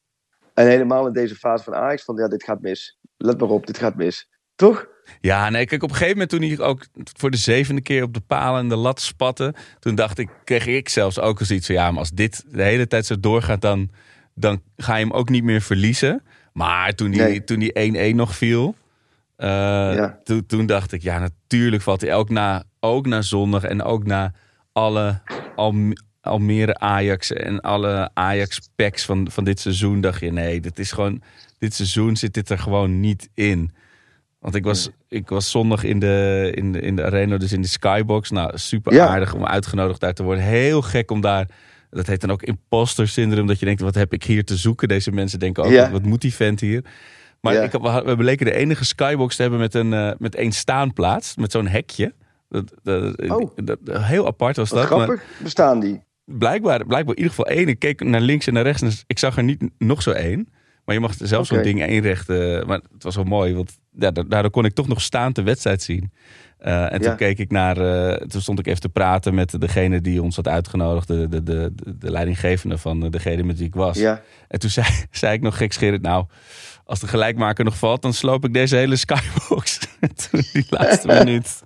en helemaal in deze fase van Ajax... van ja, dit gaat mis. Let maar op, dit gaat mis. Toch? Ja, nee, kijk, op een gegeven moment toen hij ook voor de zevende keer op de palen en de lat spatte... toen dacht ik, kreeg ik zelfs ook eens iets van... ja, maar als dit de hele tijd zo doorgaat... dan, dan ga je hem ook niet meer verliezen. Maar toen die, nee. toen die één-één nog viel... Uh, ja. to, toen dacht ik, ja, natuurlijk valt hij ook na, ook na zondag en ook na alle Al, Almere Ajax en alle Ajax-packs van, van dit seizoen. Dacht je, nee, dit is gewoon, dit seizoen zit dit er gewoon niet in. Want ik was, nee. ik was zondag in de, in, de, in de arena, dus in de Skybox. Nou, super ja. aardig om uitgenodigd daar te worden. Heel gek om daar, dat heet dan ook imposter syndroom, dat je denkt, wat heb ik hier te zoeken? Deze mensen denken ook, ja. wat, wat moet die vent hier? Maar ja. ik, we bleken de enige Skybox te hebben met een uh, met één staanplaats. Met zo'n hekje. Dat, dat, oh. dat, dat, heel apart was Wat dat. grappig, maar bestaan die? Blijkbaar, blijkbaar in ieder geval één. Ik keek naar links en naar rechts en ik zag er niet nog zo één. Maar je mag zelf okay. zo'n ding inrichten. Maar het was wel mooi, want ja, daardoor kon ik toch nog staand de wedstrijd zien. Uh, en toen ja. keek ik naar, uh, toen stond ik even te praten met degene die ons had uitgenodigd, de, de, de, de leidinggevende van degene met wie ik was. Ja. En toen zei, zei ik nog gekscherend, nou, als de gelijkmaker nog valt, dan sloop ik deze hele Skybox. Toen die laatste minuut.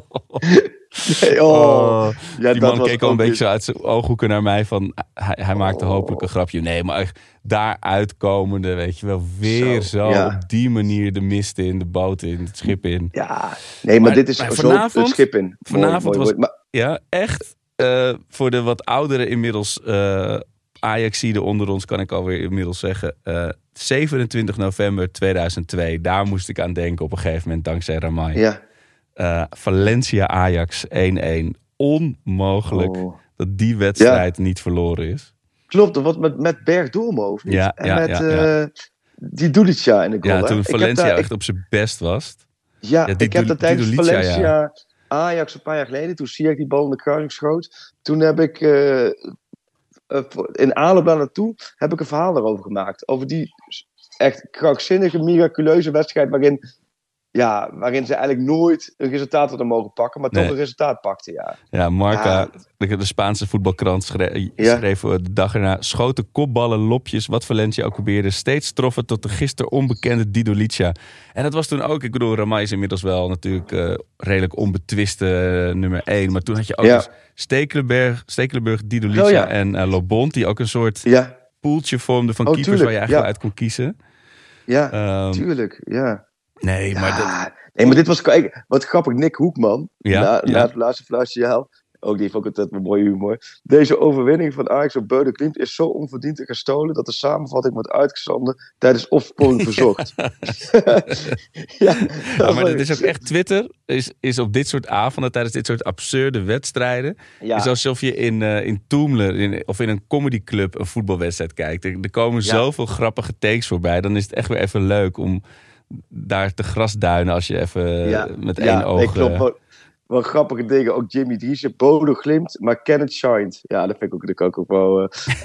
Nee, oh. oh. Ja, die dat man keek al een weer... beetje zo uit zijn ooghoeken naar mij van, hij, hij maakte oh. hopelijk een grapje. Nee, maar daaruit komende, weet je wel, weer zo, zo ja. op die manier de mist in, de boot in, het schip in. Ja, nee, maar, maar dit is maar zo het schip in. Vanavond mooi, mooi, was, mooi. Maar... ja, echt, uh, voor de wat oudere inmiddels uh, Ajaxiden onder ons, kan ik alweer inmiddels zeggen, uh, zevenentwintig november tweeduizend twee, daar moest ik aan denken op een gegeven moment, dankzij Ramai. Ja. Uh, Valencia Ajax één-één. Onmogelijk oh. dat die wedstrijd ja. niet verloren is. Klopt, wat met, met Bergdormo of niet? Ja, en ja, met ja, ja. Uh, die Dulica in de goal. Ja, toen hè? Valencia daar, echt ik... op zijn best was. Ja, ja ik heb dat tijdens Dulica, Valencia ja. Ajax een paar jaar geleden. Toen zie ik die bal in de kruising schoot. Toen heb ik uh, uh, in aanloop daar naartoe heb ik een verhaal daarover gemaakt. Over die echt krankzinnige, miraculeuze wedstrijd waarin... Ja, waarin ze eigenlijk nooit een resultaat hadden mogen pakken, maar toch nee. een resultaat pakten, ja. Ja, Marca, ja. De, de Spaanse voetbalkrant schreef, ja. schreef de dag erna... schoten kopballen, lopjes, wat Valencia ook probeerde... steeds troffen tot de gisteren onbekende Didolica. En dat was toen ook, ik bedoel, Ramai is inmiddels wel natuurlijk... Uh, redelijk onbetwiste uh, nummer één. Maar toen had je ook ja. dus Stekelenburg, Stekelenburg Didolica oh, ja. en uh, Lobont... die ook een soort ja. poeltje vormden van oh, keepers... tuurlijk. Waar je eigenlijk ja. uit kon kiezen. Ja, um, tuurlijk, ja. Nee, ja, maar dat... nee, maar dit was... Kijk, wat grappig, Nick Hoekman, ja, na, ja. na het laatste fluitsignaal, ook die heeft ook altijd een mooie humor. Deze overwinning van Ajax op Beude Klimt is zo onverdiend en gestolen dat de samenvatting wordt uitgezonden tijdens opsporing verzocht. ja, ja, ja, maar dat is ook echt Twitter, is, is op dit soort avonden, tijdens dit soort absurde wedstrijden, ja. is alsof je in, uh, in Toomler in, of in een comedyclub een voetbalwedstrijd kijkt. Er, er komen ja. zoveel grappige takes voorbij, dan is het echt weer even leuk om daar te grasduinen als je even ja. met één ja, oog... Nee, klopt. Wat, wat grappige dingen. Ook Jimmy Driessen, Bodo glimt, maar Kenneth shined. Ja, dat vind ik ook, ook, ook wel... Uh...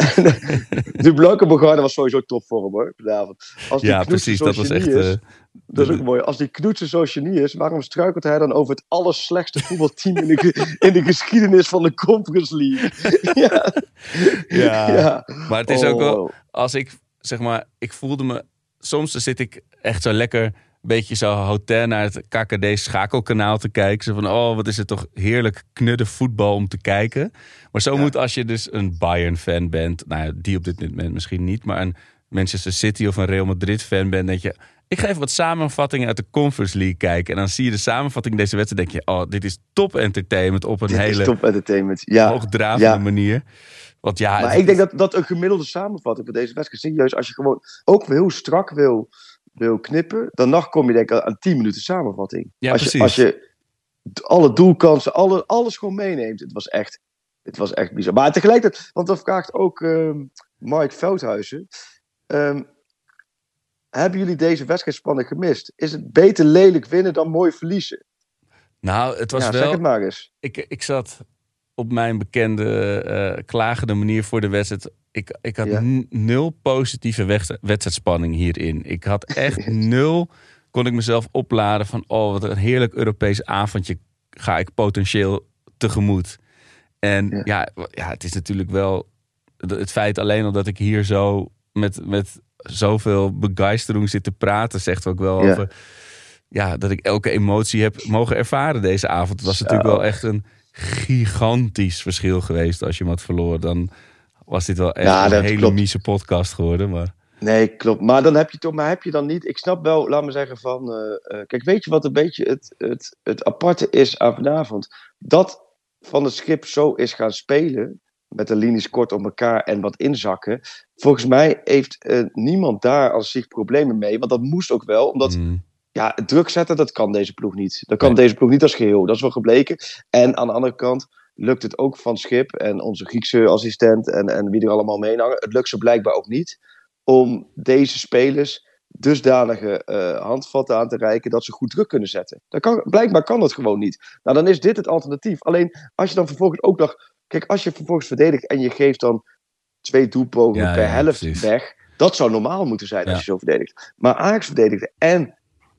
de Blankenburgarde was sowieso topvorm, hoor, vanavond. Als die ja, precies. Dat was echt... Is, uh, dat is ook mooi. Als die Knoetsen zo genie is, waarom struikelt hij dan over het allerslechtste voetbalteam in de, in de geschiedenis van de Conference League? ja. Ja, ja, maar het is oh. ook wel... Als ik, zeg maar, ik voelde me... Soms zit ik echt zo lekker een beetje zo hotel naar het K K D schakelkanaal te kijken. Zo van, oh, wat is het toch heerlijk knudde voetbal om te kijken. Maar zo ja. moet als je dus een Bayern-fan bent, nou ja, die op dit moment misschien niet, maar een Manchester City of een Real Madrid-fan bent, denk je, ik ga even wat samenvattingen uit de Conference League kijken. En dan zie je de samenvatting deze wedstrijd, denk je, oh, dit is top entertainment op een dit hele top entertainment. Ja. hoogdravende ja. manier. Want ja, maar ik denk dat, dat een gemiddelde samenvatting van deze wedstrijd, serieus, als je gewoon ook heel strak wil, wil knippen, dan kom je denk ik aan tien minuten samenvatting. Ja, als, precies. Je, als je alle doelkansen, alle, alles gewoon meeneemt. Het was echt, het was echt bizar. Maar tegelijkertijd, want dan vraagt ook um, Mike Veldhuizen, um, hebben jullie deze wedstrijdspanning gemist? Is het beter lelijk winnen dan mooi verliezen? Nou, het was ja, wel... zeg het maar eens. Ik, ik zat... op mijn bekende uh, klagende manier voor de wedstrijd. Ik, ik had ja. n- nul positieve wedst- wedstrijdspanning hierin. Ik had echt nul, kon ik mezelf opladen van, oh, wat een heerlijk Europees avondje ga ik potentieel tegemoet. En ja, ja, ja het is natuurlijk wel het feit alleen al dat ik hier zo met, met zoveel begeistering zit te praten, zegt ook wel ja. over, ja, dat ik elke emotie heb mogen ervaren deze avond. Het was natuurlijk wel echt een gigantisch verschil geweest. Als je hem had verloren, dan was dit wel echt ja, een hele klopt. miese podcast geworden. Maar... Nee, klopt. Maar dan heb je toch, maar heb je dan niet... Ik snap wel, laat me zeggen van... Uh, uh, kijk, weet je wat een beetje het, het, het aparte is aan vanavond? Dat Van het Schip zo is gaan spelen, met de linies kort op elkaar en wat inzakken. Volgens mij heeft uh, niemand daar als zich problemen mee. Want dat moest ook wel, omdat... Mm. Ja, druk zetten, dat kan deze ploeg niet. Dat kan nee. deze ploeg niet als geheel. Dat is wel gebleken. En aan de andere kant lukt het ook Van Schip en onze Griekse assistent en, en wie er allemaal mee hangen. Het lukt ze blijkbaar ook niet om deze spelers dusdanige uh, handvatten aan te reiken dat ze goed druk kunnen zetten. Dat kan, blijkbaar kan dat gewoon niet. Nou, dan is dit het alternatief. Alleen, als je dan vervolgens ook nog... Kijk, als je vervolgens verdedigt en je geeft dan twee doelpogingen ja, per ja, helft precies. weg, dat zou normaal moeten zijn ja. als je zo verdedigt. Maar Ajax verdedigde en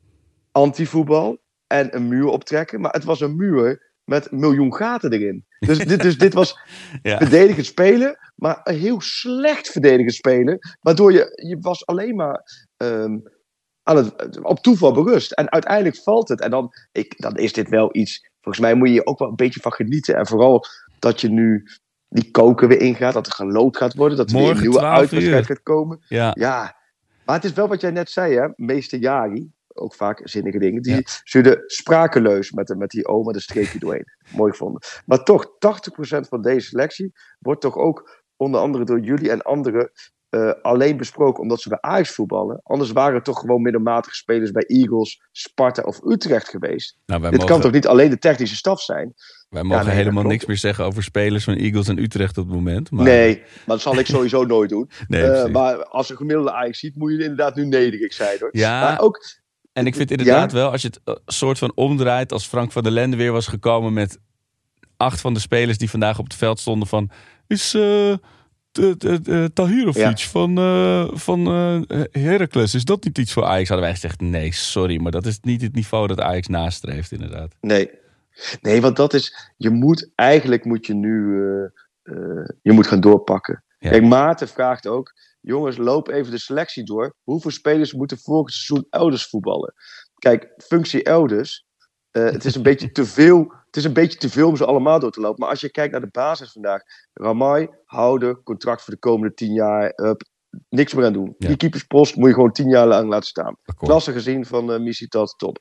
antivoetbal en een muur optrekken. Maar het was een muur met een miljoen gaten erin. Dus dit, dus dit was ja. verdedigend spelen, maar een heel slecht verdedigend spelen. Waardoor je, je was alleen maar um, aan het, op toeval berust. En uiteindelijk valt het. En dan, ik, dan is dit wel iets... Volgens mij moet je er ook wel een beetje van genieten. En vooral dat je nu die koken weer ingaat. Dat er gelood gaat worden. Dat er weer een nieuwe uitwedstrijd gaat komen. Ja. ja. Maar het is wel wat jij net zei, hè. Meester Jari. Ook vaak zinnige dingen. Die ja. stuurde sprakeloos met, met die O met een streepje doorheen. Mooi gevonden. Maar toch, tachtig procent van deze selectie wordt toch ook onder andere door jullie en anderen uh, alleen besproken omdat ze bij Ajax voetballen. Anders waren het toch gewoon middelmatige spelers bij Eagles, Sparta of Utrecht geweest. Nou, Dit mogen... kan toch niet alleen de technische staf zijn? Wij mogen ja, nee, helemaal niks meer zeggen over spelers van Eagles en Utrecht op het moment. Maar... Nee, maar dat zal ik sowieso nooit doen. Nee, uh, maar als een gemiddelde Ajax ziet, moet je inderdaad nu nederig zijn, hoor. Ja. Maar ook... En ik vind inderdaad ja? wel, als je het uh, soort van omdraait, als Frank van der Lende weer was gekomen met acht van de spelers die vandaag op het veld stonden van, is uh, uh, uh, uh, Tahirovic ja. van, uh, van uh, Heracles, is dat niet iets voor Ajax? Hadden wij gezegd, nee, sorry, maar dat is niet het niveau dat Ajax nastreeft, inderdaad. Nee, nee, want dat is, je moet, eigenlijk moet je nu, uh, uh, je moet gaan doorpakken. Ja. Kijk, Maarten vraagt ook, jongens, loop even de selectie door. Hoeveel spelers moeten volgend seizoen elders voetballen? Kijk, functie elders, uh, het is een beetje te veel... Het is een beetje te veel om ze allemaal door te lopen. Maar als je kijkt naar de basis vandaag. Ramai, houden, contract voor de komende tien jaar. Up, niks meer aan doen. Ja. Die keeperspost moet je gewoon tien jaar lang laten staan. Klasse gezien van uh, Missie-Tat, top.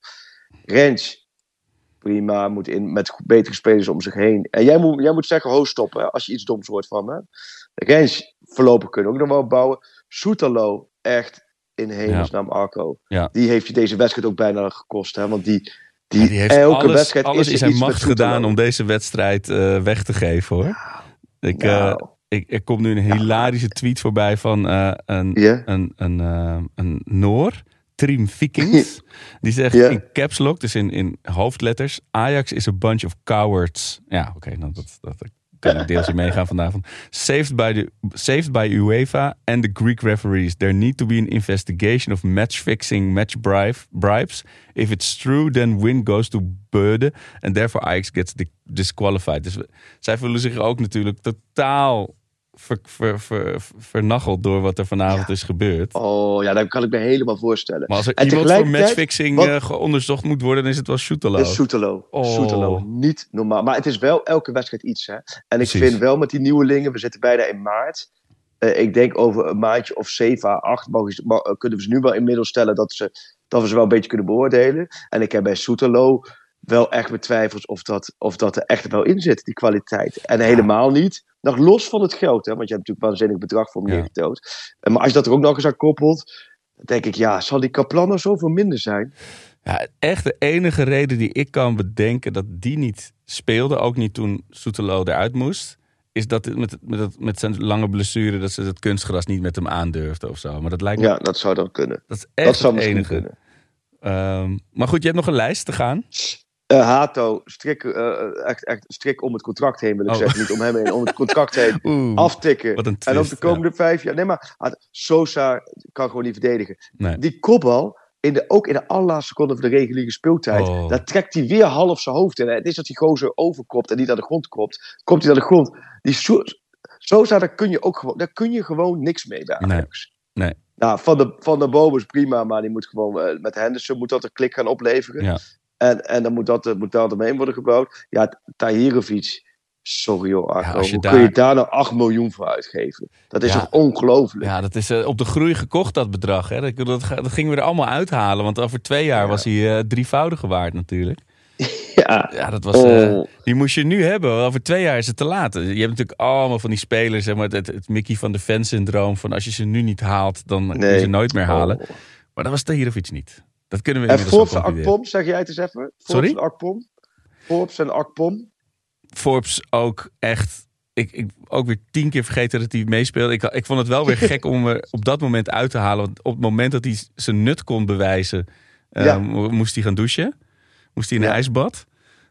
Rens, prima, moet in met betere spelers om zich heen. En jij moet, jij moet zeggen, ho, stoppen. Hè, als je iets doms hoort van me. Rens, voorlopig kunnen ook nog wel bouwen. Soetalo, echt in hemelsnaam ja. Arco. Ja. Die heeft je deze wedstrijd ook bijna gekost. Hè, want die... Die, ja, die heeft elke alles, wedstrijd alles is in zijn macht gedaan om deze wedstrijd uh, weg te geven, hoor. Ik, nou. uh, ik, er komt nu een hilarische tweet voorbij van uh, een, yeah. een, een, uh, een Noor, Trim Vikings. Die zegt yeah. in caps lock, dus in, in hoofdletters, Ajax is a bunch of cowards. Ja, oké, okay, nou, dat, dat kan ik deels in meegaan vanavond. Saved by, the, saved by UEFA and the Greek referees. There need to be an investigation of match-fixing, match bribe, bribes. If it's true, then win goes to Beude. And therefore Ajax gets disqualified. Dus zij voelen zich ook natuurlijk totaal ver, ver, ver, vernacheld door wat er vanavond ja. is gebeurd. Oh ja, dat kan ik me helemaal voorstellen. Maar als er en iemand voor matchfixing wat... uh, onderzocht moet worden, dan is het wel Soetalo. Het is Soetalo. Oh. Soetalo. Niet normaal. Maar het is wel elke wedstrijd iets. Hè? En Precies. ik vind wel met die nieuwelingen, we zitten bijna in maart. Uh, ik denk over een maandje of zeven à acht mogen, uh, kunnen we ze nu wel inmiddels stellen dat, ze, dat we ze wel een beetje kunnen beoordelen. En ik heb bij Soetalo wel echt betwijfeld of dat, of dat er echt wel in zit, die kwaliteit. En helemaal niet, nog los van het geld, hè, want je hebt natuurlijk waanzinnig bedrag voor meer getoond. Ja. Maar als je dat er ook nog eens aan koppelt, dan denk ik, ja, zal die Kaplan nou zoveel minder zijn? Ja, echt de enige reden die ik kan bedenken dat die niet speelde, ook niet toen Soetalo eruit moest, is dat het met, met, met zijn lange blessure, dat ze het kunstgras niet met hem aandurfden of zo. Maar dat lijkt me... Ja, dat zou dan kunnen. Dat is echt dat zou het enige. Kunnen. Um, maar goed, je hebt nog een lijst te gaan. Uh, Hato, strik, uh, echt, echt strik om het contract heen, wil ik oh. zeggen. Niet om hem heen, om het contract heen. Oeh, aftikken. Wat een twist, en ook de komende ja. vijf jaar. Nee, maar Sosa kan gewoon niet verdedigen. Nee. Die kopbal, in de, ook in de allerlaatste seconde van de reguliere speeltijd, oh. daar trekt hij weer half zijn hoofd in. Het is dat die gozer overkopt en niet naar de grond kopt. Komt hij naar de grond. Die so- Sosa, daar kun je ook gewoon, daar kun je gewoon niks mee. Daar nee. nee. Nou, van de, van de Boom is prima, maar die moet gewoon uh, met Henderson moet dat een klik gaan opleveren. Ja. En, en dan moet dat, moet dat omheen worden gebouwd. Ja, Tahirovic, sorry hoor, Arco. Ja, Hoe daar... kun je daar nou acht miljoen voor uitgeven? Dat is ja. toch ongelooflijk? Ja, dat is uh, op de groei gekocht, dat bedrag. Hè? Dat, dat, dat gingen we er allemaal uithalen. Want over twee jaar ja. was hij uh, drievoudige waard natuurlijk. Ja, ja dat was, uh, die moest je nu hebben. Over twee jaar is het te laat. Je hebt natuurlijk allemaal van die spelers, zeg maar, het, het Mickey van de Ven-syndroom. Van als je ze nu niet haalt, dan nee. kun je ze nooit meer halen. Oh. Maar dat was Tahirovic niet. Dat kunnen we en Forbes en Akpom, zeg jij het eens even? Forbes Sorry? En Akpom. Forbes en Akpom. Forbes ook echt... Ik, ik ook weer tien keer vergeten dat hij meespeelde. Ik, ik vond het wel weer gek om hem op dat moment uit te halen. Want op het moment dat hij zijn nut kon bewijzen... Uh, ja. moest hij gaan douchen. Moest hij in een ja. ijsbad.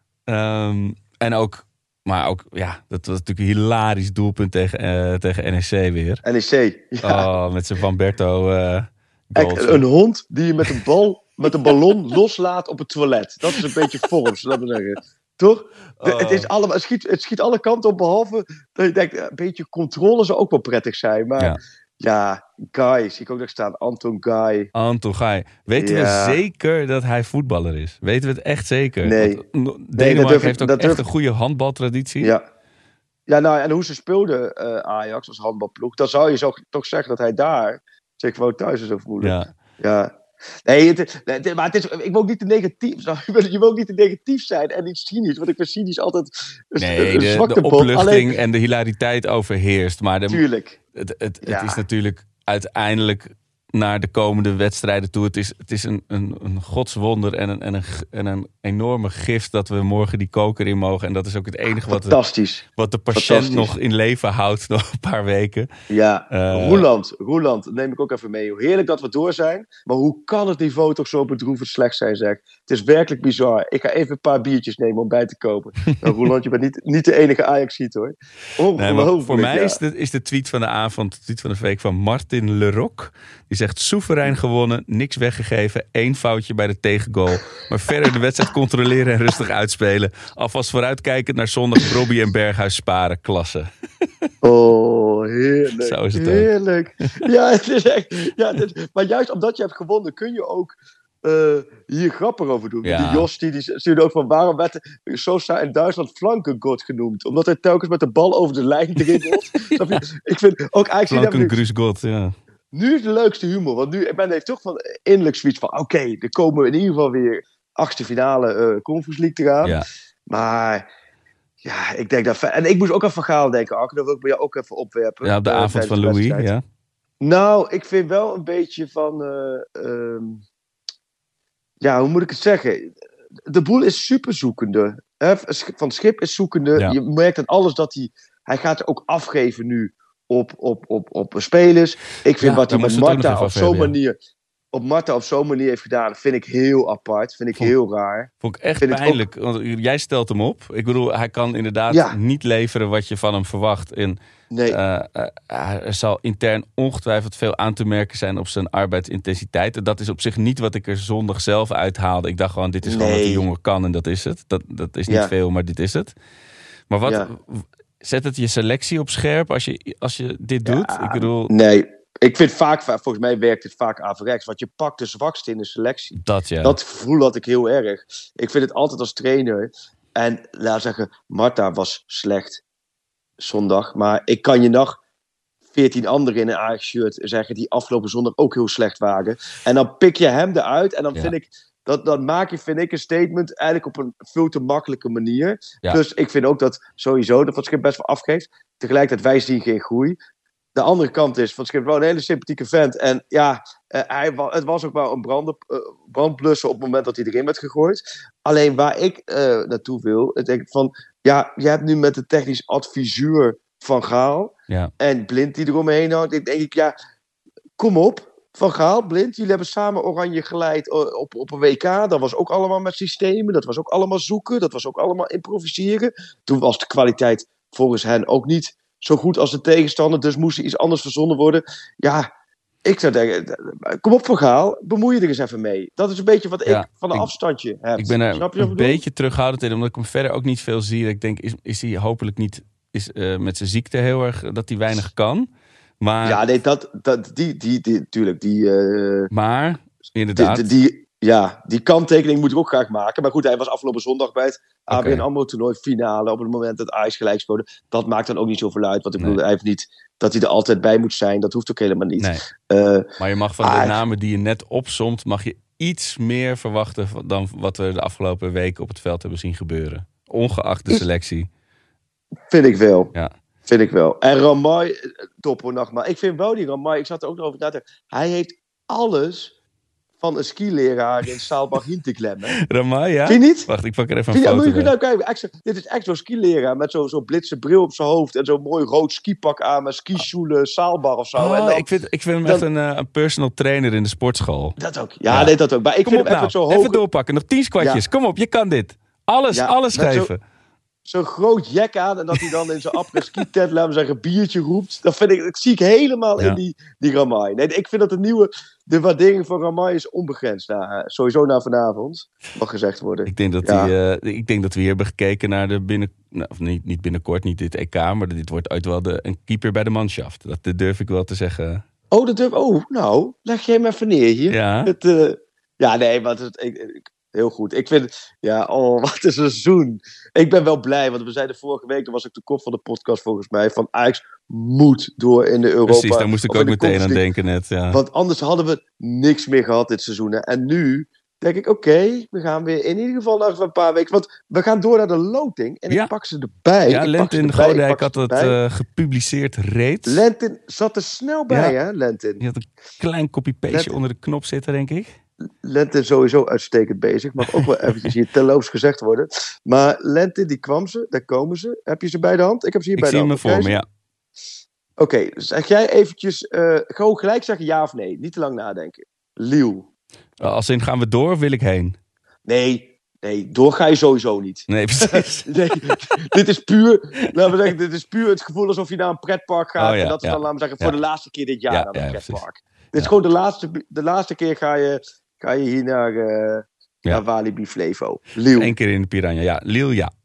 Um, en ook... Maar ook, ja, dat was natuurlijk een hilarisch doelpunt tegen, uh, tegen N E C weer. N E C, ja. Oh, met zijn Van Berto... Uh, Echt, een hond die je met een bal, met een ballon loslaat op het toilet. Dat is een beetje Forbes, laten we zeggen. Toch? De, oh. het, is allemaal, het, schiet, het schiet alle kanten op, behalve dat je denkt, een beetje controle zou ook wel prettig zijn. Maar ja, ja Guy, zie ik ook nog staan. Anton Guy. Anton Guy. Weten ja. we zeker dat hij voetballer is? Weten we het echt zeker? Nee. Want Denemarken nee, heeft ook echt durf... een goede handbaltraditie. Ja. Ja, nou, en hoe ze speelden uh, Ajax als handbalploeg, dan zou je zo toch zeggen dat hij daar... Zeg gewoon thuis is zo vermoedelijk. Ja. ja. Nee, het, het, maar het is, ik wil ook niet te negatief. Je wil ook niet te negatief zijn en niet cynisch. Want ik vind cynisch altijd een, nee, een de, zwakte de opluchting Alleen, en de hilariteit overheerst. Maar de, tuurlijk. Het, het, het ja. is natuurlijk uiteindelijk naar de komende wedstrijden toe. Het is, het is een, een, een godswonder en een, en, een, en een enorme gift dat we morgen die koker in mogen. En dat is ook het enige wat de, wat de patiënt nog in leven houdt nog een paar weken. Ja, uh, Roeland, Roeland, dat neem ik ook even mee. Hoe heerlijk dat we door zijn. Maar hoe kan het niveau toch zo bedroevend slecht zijn, zeg. Het is werkelijk bizar. Ik ga even een paar biertjes nemen om bij te kopen. Nou, Roeland, je bent niet, niet de enige Ajax-giet, hoor. Nee, voor mij ja. is, de, is de tweet van de avond, de tweet van de week van Martin Leroc. Die zegt, soeverein gewonnen, niks weggegeven, één foutje bij de tegengoal. Maar verder de wedstrijd controleren en rustig uitspelen. Alvast vooruitkijkend naar zondag Robbie en Berghuis sparen, klasse. Oh, heerlijk. Zo is het heerlijk. Ook. Ja, het is echt, ja het is, maar juist omdat je hebt gewonnen, kun je ook uh, hier grappig over doen. Ja. Die Jos die, die stuurde ook van, waarom werd Sosa in Duitsland flankengod genoemd? Omdat hij telkens met de bal over de lijn dribbelt. Ik vind ook eigenlijk... Flankengruusgod, ja. Nu is de leukste humor, want nu ben ik toch van innerlijk zoiets van, oké, okay, er komen we in ieder geval weer achtste finale uh, Conference League te gaan. Ja. Maar ja, ik denk dat... En ik moest ook aan Van Gaal denken, Arke, dat wil ik bij jou ook even opwerpen. Ja, op de uh, avond van Louis, ja. Nou, ik vind wel een beetje van... Uh, um, ja, hoe moet ik het zeggen? De boel is super zoekende. Hè? Van Schip is zoekende. Ja. Je merkt dat alles dat hij... Hij gaat er ook afgeven nu op, op, op, op spelers. Ik vind ja, wat hij met Marta op zo'n manier... Ja. op Marta op zo'n manier heeft gedaan, vind ik heel apart. Vind ik vond, heel raar. Vond ik echt vind pijnlijk. Ook... Want jij stelt hem op. Ik bedoel, hij kan inderdaad ja. niet leveren wat je van hem verwacht. En nee. uh, uh, er zal intern ongetwijfeld veel aan te merken zijn op zijn arbeidsintensiteit. En dat is op zich niet wat ik er zondag zelf uithaalde. Ik dacht gewoon, dit is nee. gewoon wat die jongen kan en dat is het. Dat, dat is niet ja. veel, maar dit is het. Maar wat... Ja. Zet het je selectie op scherp als je, als je dit doet? Ja, ik bedoel... Nee, ik vind vaak, volgens mij werkt het vaak averechts. Want je pakt de zwakste in de selectie. Dat ja. Dat gevoel had ik heel erg. Ik vind het altijd als trainer. En laat zeggen, Marta was slecht zondag. Maar ik kan je nog veertien anderen in een Ajax-shirt zeggen die afgelopen zondag ook heel slecht waren. En dan pik je hem eruit. En dan ja. vind ik... Dat, dat maak je, vind ik, een statement eigenlijk op een veel te makkelijke manier. Ja. Dus ik vind ook dat sowieso dat Van Schip best wel afgeeft. Tegelijkertijd wijst hij geen groei. De andere kant is, Van Schip wel een hele sympathieke vent. En ja, uh, hij, het was ook wel een branden, uh, brandblusser op het moment dat hij erin werd gegooid. Alleen waar ik uh, naartoe wil, ik denk van... Ja, je hebt nu met de technisch adviseur Van Gaal... Ja. en Blind die eromheen houdt. Ik denk ik, ja, kom op... Van Gaal, Blind, jullie hebben samen Oranje geleid op, op een W K. Dat was ook allemaal met systemen. Dat was ook allemaal zoeken. Dat was ook allemaal improviseren. Toen was de kwaliteit volgens hen ook niet zo goed als de tegenstander. Dus moest er iets anders verzonnen worden. Ja, ik zou denken, kom op Van Gaal, bemoei je er eens even mee. Dat is een beetje wat ja, ik van een afstandje heb. Ik ben er Snap je een beetje terughoudend in, omdat ik hem verder ook niet veel zie. Ik denk, is, is hij hopelijk niet is, uh, met zijn ziekte heel erg, dat hij weinig kan. Maar, ja, nee, dat, dat, die, die, die, tuurlijk, die... Uh, maar, inderdaad... Die, die, ja, die kanttekening moet ik ook graag maken. Maar goed, hij was afgelopen zondag bij het A B N okay. AMRO-toernooi finale op het moment dat Ajax gelijk speelde. Dat maakt dan ook niet zoveel uit. Want ik bedoel, nee. hij heeft niet dat hij er altijd bij moet zijn. Dat hoeft ook helemaal niet. Nee. Uh, maar je mag van ah, de namen die je net opsomt, mag je iets meer verwachten dan wat we de afgelopen weken op het veld hebben zien gebeuren. Ongeacht de selectie. Vind ik wel. Ja. Vind ik wel. En Ramai, topper nog maar. Ik vind wel die Ramai, ik zat er ook nog over na te denken. Hij heeft alles van een skileraar in Saalbach te klemmen. Ramai, ja? Vind je niet? Wacht, ik pak er even een foto. Moet je nou kijken. Echt, dit is echt zo'n skileraar met zo'n zo blitse bril op zijn hoofd. En zo'n mooi rood skipak aan met skischoenen, Saalbach of zo. Oh, en dan, ik, vind, ik vind hem dan, echt een, uh, een personal trainer in de sportschool. Dat ook. Ja, ja. Nee, dat ook. Maar ik Kom vind op hem nou, even zo hoog. Even doorpakken. Nog tien squatjes. Ja. Kom op, je kan dit. Alles, ja, alles geven. Zo'n groot jek aan en dat hij dan in zijn après-ski-tent, laten we zeggen, biertje roept. Dat, vind ik, dat zie ik helemaal ja. in die, die Ramai. Nee, ik vind dat de nieuwe, de waardering van Ramai is onbegrensd. Nou, sowieso na vanavond, mag gezegd worden. Ik denk dat, ja. die, uh, ik denk dat we hier hebben gekeken naar de binnen... Nou, of niet, niet binnenkort, niet dit E K, maar dit wordt uit wel de, een keeper bij de manschaft. Dat, dat durf ik wel te zeggen. Oh, dat durf Oh, nou, leg jij hem even neer hier. Ja, het, uh, ja nee, maar het, ik, ik, heel goed. Ik vind, ja, oh, wat een seizoen. Ik ben wel blij, want we zeiden vorige week, dat was ook de kop van de podcast volgens mij, van Ajax moet door in de Europa. Precies, daar moest ik ook meteen aan denken net. Ja. Want anders hadden we niks meer gehad dit seizoen. Hè. En nu denk ik, oké, okay, we gaan weer in ieder geval nog een paar weken. Want we gaan door naar de loting en ja. ik pak ze erbij. Ja, Lentin Godijk had het uh, gepubliceerd reeds. Lentin zat er snel bij, ja. hè, Lentin? Die had een klein copy-paste onder de knop zitten, denk ik. Lentin sowieso uitstekend bezig. Mag ook wel eventjes hier terloops gezegd worden. Maar Lentin, die kwam ze, daar komen ze. Heb je ze bij de hand? Ik heb ze hier ik bij de hand. Ik zie hem voor me, ja. Oké, okay, zeg jij eventjes, uh, gewoon gelijk zeggen ja of nee. Niet te lang nadenken. Lille. Als in, gaan we door of wil ik heen? Nee, nee, door ga je sowieso niet. Nee, precies. nee, dit is puur, laten we zeggen, dit is puur het gevoel alsof je naar een pretpark gaat. Oh, ja, en dat is ja. dan, laten we zeggen, ja. voor de laatste keer dit jaar ja, naar een ja, pretpark. Ja, dit is ja. gewoon de laatste, de laatste keer ga je, ga je hier naar, uh, ja. naar Walibi Flevo. Lille. Eén keer in de Piranha, ja. Lille, ja.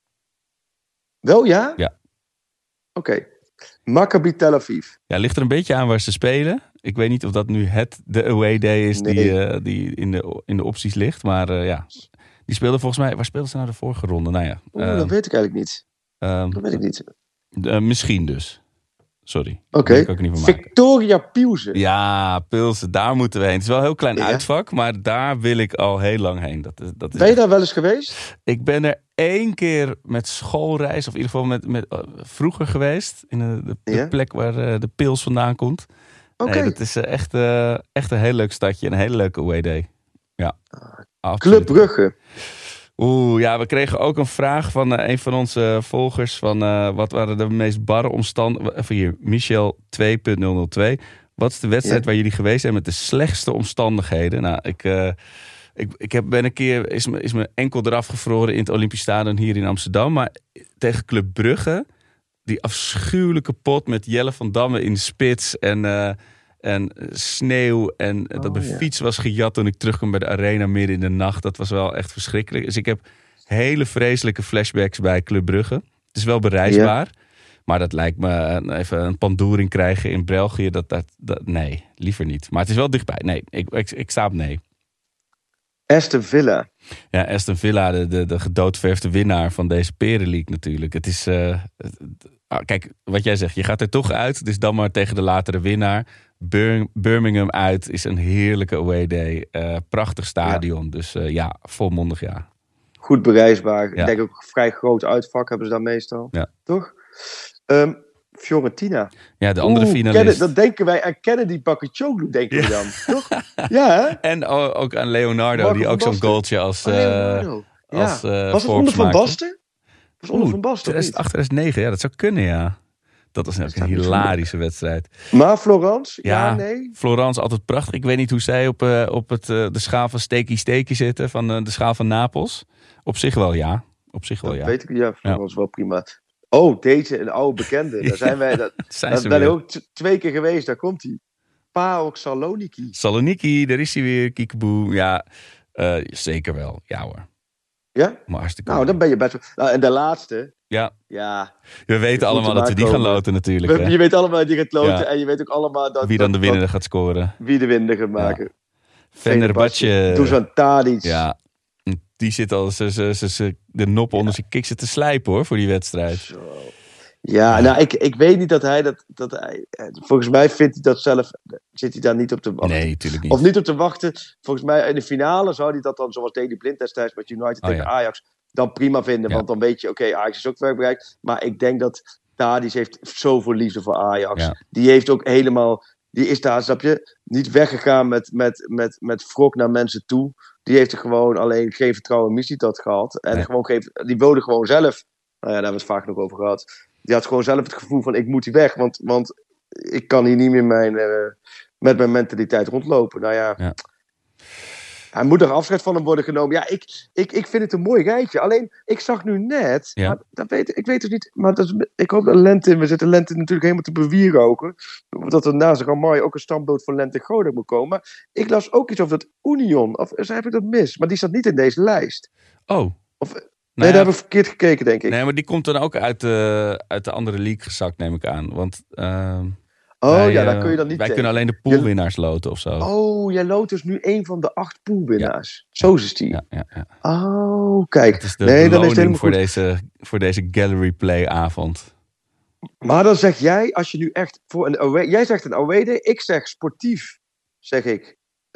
Wel, ja? Ja. Oké. Okay. Maccabi Tel Aviv. Ja, ligt er een beetje aan waar ze spelen. Ik weet niet of dat nu het de away day is nee. die, uh, die in, de, in de opties ligt. Maar uh, ja, die speelden volgens mij... Waar speelden ze nou de vorige ronde? Nou ja. Oeh, uh, dat weet ik eigenlijk niet. Um, dat weet ik niet. Uh, misschien dus. Sorry. Oké. Okay. Victoria Pilsen. Ja, Pilsen. Daar moeten we heen. Het is wel een heel klein ja. uitvak, maar daar wil ik al heel lang heen. Dat, dat is ben je daar wel eens geweest? Ik ben er één keer met schoolreis, of in ieder geval met, met, uh, vroeger geweest. In de, de, de ja? plek waar uh, de Pils vandaan komt. Oké. Okay. Nee, dat is uh, echt, uh, echt een heel leuk stadje. Een hele leuke away day. Ja. Uh, Club Brugge. Oeh, ja, we kregen ook een vraag van uh, een van onze volgers. Van uh, wat waren de meest barre omstandigheden? Even hier, Michel twee punt nul nul twee. Wat is de wedstrijd ja. waar jullie geweest zijn met de slechtste omstandigheden? Nou, ik, uh, ik, ik heb, ben een keer, is, is mijn enkel eraf gevroren in het Olympisch Stadion hier in Amsterdam. Maar tegen Club Brugge, die afschuwelijke pot met Jelle van Damme in de spits en... Uh, En sneeuw en oh, dat mijn ja. fiets was gejat toen ik terugkwam bij de arena midden in de nacht. Dat was wel echt verschrikkelijk. Dus ik heb hele vreselijke flashbacks bij Club Brugge. Het is wel bereisbaar. Ja. Maar dat lijkt me even een pandoering krijgen in België. Dat, dat, dat, nee, liever niet. Maar het is wel dichtbij. Nee, ik, ik, ik sta op nee. Aston Villa. Ja, Aston Villa, de, de, de gedoodverfde winnaar van deze Perenleague natuurlijk. Het is... Uh, het, kijk, wat jij zegt, je gaat er toch uit. Dus dan maar tegen de latere winnaar. Birmingham uit is een heerlijke away day. Uh, prachtig stadion. Ja. Dus uh, ja, volmondig ja. Goed bereisbaar. Ja. Ik denk ook vrij groot uitvak hebben ze daar meestal. Ja. Toch? Um, Fiorentina. Ja, de andere Oeh, finalist. Kennen, dat denken wij aan Kennedy Bakayoglu, denken ja. we dan. Toch? Ja, hè? En ook aan Leonardo, Marco die ook zo'n goaltje als, uh, ja. als uh, was het onder Van Basten? Was onder Van Basten? tweeduizend acht, tweeduizend negen, ja, dat zou kunnen, ja. Dat was een, een hilarische wedstrijd. Maar Florence? Ja, ja, nee? Florence altijd prachtig. Ik weet niet hoe zij op, uh, op het, uh, de schaal van steaky steaky zitten. Van uh, de schaal van Napels. Op zich wel ja. Op zich wel dat ja. weet ik, ja, Florence ja. wel prima. Oh, deze, een oude bekende. Daar zijn wij. Dat, zijn daar ben ik ook t- twee keer geweest. Daar komt hij. PAOK Saloniki. Saloniki, daar is hij weer. Kiekeboe. Ja, uh, zeker wel. Ja hoor. Ja? Maar hartstikke nou, dan ben je best wel... Nou, en de laatste... Ja. ja. We weten allemaal dat we die gaan loten natuurlijk. We, je weet allemaal dat die gaat loten. Ja. En je weet ook allemaal dat... Wie dan dat, de winnaar dat, gaat scoren. Wie de winnaar gaat maken. Ja. Fenerbahce. Dusan Tadic. Ja. Die zit al ze, ze, ze, ze, de nop onder ja. zijn kiksen te slijpen hoor, voor die wedstrijd. Zo. Ja, ja, nou, ik, ik weet niet dat hij dat, dat hij, volgens mij vindt hij dat zelf, zit hij daar niet op te wachten. Nee, natuurlijk niet. Of niet op te wachten. Volgens mij in de finale zou hij dat dan, zoals Daley Blind destijds met United oh, tegen ja. Ajax, dan prima vinden. Ja. Want dan weet je, oké, okay, Ajax is ook ver bereikt. Maar ik denk dat Tadic heeft zoveel liefde voor Ajax. Ja. Die heeft ook helemaal, die is daar, snap je, niet weggegaan met, met, met, met wrok naar mensen toe. Die heeft er gewoon alleen geen vertrouwen in Mislitat gehad. En nee. gewoon geen, die wilde gewoon zelf, nou ja, daar hebben we het vaak nog over gehad. Die had gewoon zelf het gevoel van, ik moet hier weg. Want, want ik kan hier niet meer mijn, uh, met mijn mentaliteit rondlopen. Nou ja, ja. Hij moet er afscheid van hem worden genomen. Ja, ik, ik, ik vind het een mooi rijtje. Alleen, ik zag nu net, ja. maar dat weet, ik weet het niet, maar dat is, ik hoop dat Lentin, we zitten Lentin natuurlijk helemaal te bewierroken. Dat er naast Ramai ook een standbeeld van Lentin Godijk moet komen. Maar ik las ook iets over dat Union, of heb ik dat mis? Maar die staat niet in deze lijst. Oh. Of... Nee, nou ja, daar hebben we verkeerd gekeken, denk ik. Nee, maar die komt dan ook uit de, uit de andere league gezakt, neem ik aan. Want uh, oh wij, ja, daar kun je dan niet wij tegen. kunnen alleen de poolwinnaars loten of zo. Oh, jij loot dus nu een van de acht poolwinnaars. Ja. Zo is die. Ja, ja, ja. Oh, kijk. Het is de nee, beloning dan is het voor, deze, voor deze gallery play avond. Maar dan zeg jij, als je nu echt voor een away... Jij zegt een away day, ik zeg sportief, zeg ik,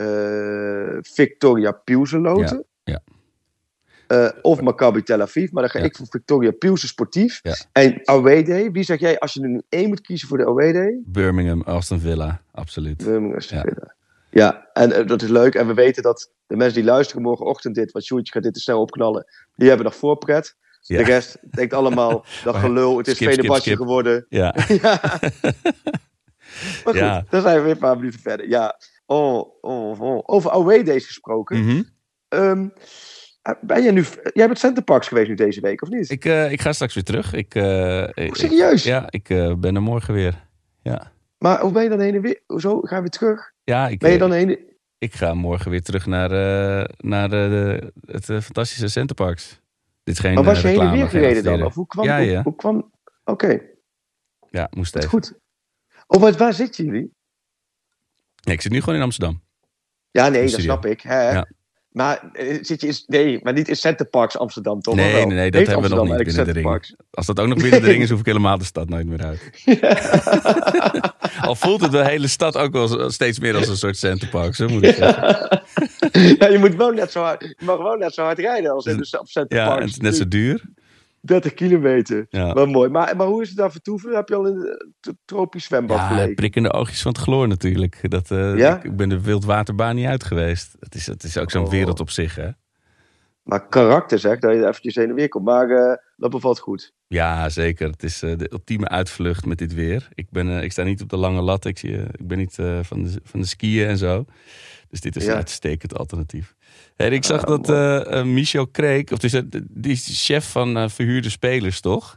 uh, Victoria Pilsen loten. Ja. ja. Uh, of Maccabi Tel Aviv. Maar dan ga ja. ik voor Victoria Pilsen sportief. Ja. En away day. Wie zeg jij als je er nu één moet kiezen voor de away day? Birmingham, Aston Villa. Absoluut. Birmingham, Aston ja. Villa. Ja, en uh, dat is leuk. En we weten dat de mensen die luisteren morgenochtend dit, want Sjoerdje gaat dit te snel opknallen, die hebben nog voorpret. Ja. De rest denkt allemaal, dat gelul, het is Fenerbahce geworden. Ja. ja. Maar goed, ja. dan zijn we weer een paar minuten verder. Ja, oh, oh, oh. Over away days gesproken. Mm-hmm. Um, ben je nu, jij bent Centerparks geweest nu deze week, of niet? Ik, uh, ik ga straks weer terug. Ik, uh, oh, serieus? Ik, ja, ik uh, ben er morgen weer. Ja. Maar hoe ben je dan heen en weer? Hoezo? Ga je weer terug? Ja, ik, ben je dan heen? Ik ga morgen weer terug naar, uh, naar de, de, het uh, fantastische Centerparks. Dit is geen maar was je uh, heen en weer gereden dan? Of hoe kwam? Ja, ja. Hoe, hoe kwam? Oké. Okay. Ja, moest even. Goed. Oh, maar waar zitten jullie? Ja, ik zit nu gewoon in Amsterdam. Ja, nee, dat snap ik. Hè? Ja. Maar zit je in, nee, maar niet in Centerparks Amsterdam, toch? Nee, nee, nee, dat Heet hebben Amsterdam we nog niet binnen de ring. Als dat ook nog binnen de ring is, hoef ik helemaal de stad nooit meer uit. Ja. Al voelt het de hele stad ook wel steeds meer als een soort Centerparks, hè, moet ik zeggen. Ja, je moet wel net zo hard, je mag wel net zo hard rijden als in de Centerparks. Ja, en het is net zo duur. dertig kilometer. Ja. Wel mooi. Maar, maar hoe is het daar vertoeven? Heb je al in het tropisch zwembad ja, gelegen? Prikkende oogjes van het chloor natuurlijk. Dat, uh, ja? ik, ik ben de wildwaterbaan niet uit geweest. Het is, het is ook zo'n oh. wereld op zich, hè? Maar karakter zeg, dat je eventjes heen en weer komt. Maar uh, dat bevalt goed. Ja, zeker. Het is uh, de ultieme uitvlucht met dit weer. Ik, ben, uh, ik sta niet op de lange lat. Ik, uh, ik ben niet uh, van, de, van de skiën en zo. Dus dit is ja. een uitstekend alternatief. Hey, ik zag ah, dat uh, uh, Michel Kreek, of dus, uh, die is chef van uh, verhuurde spelers, toch?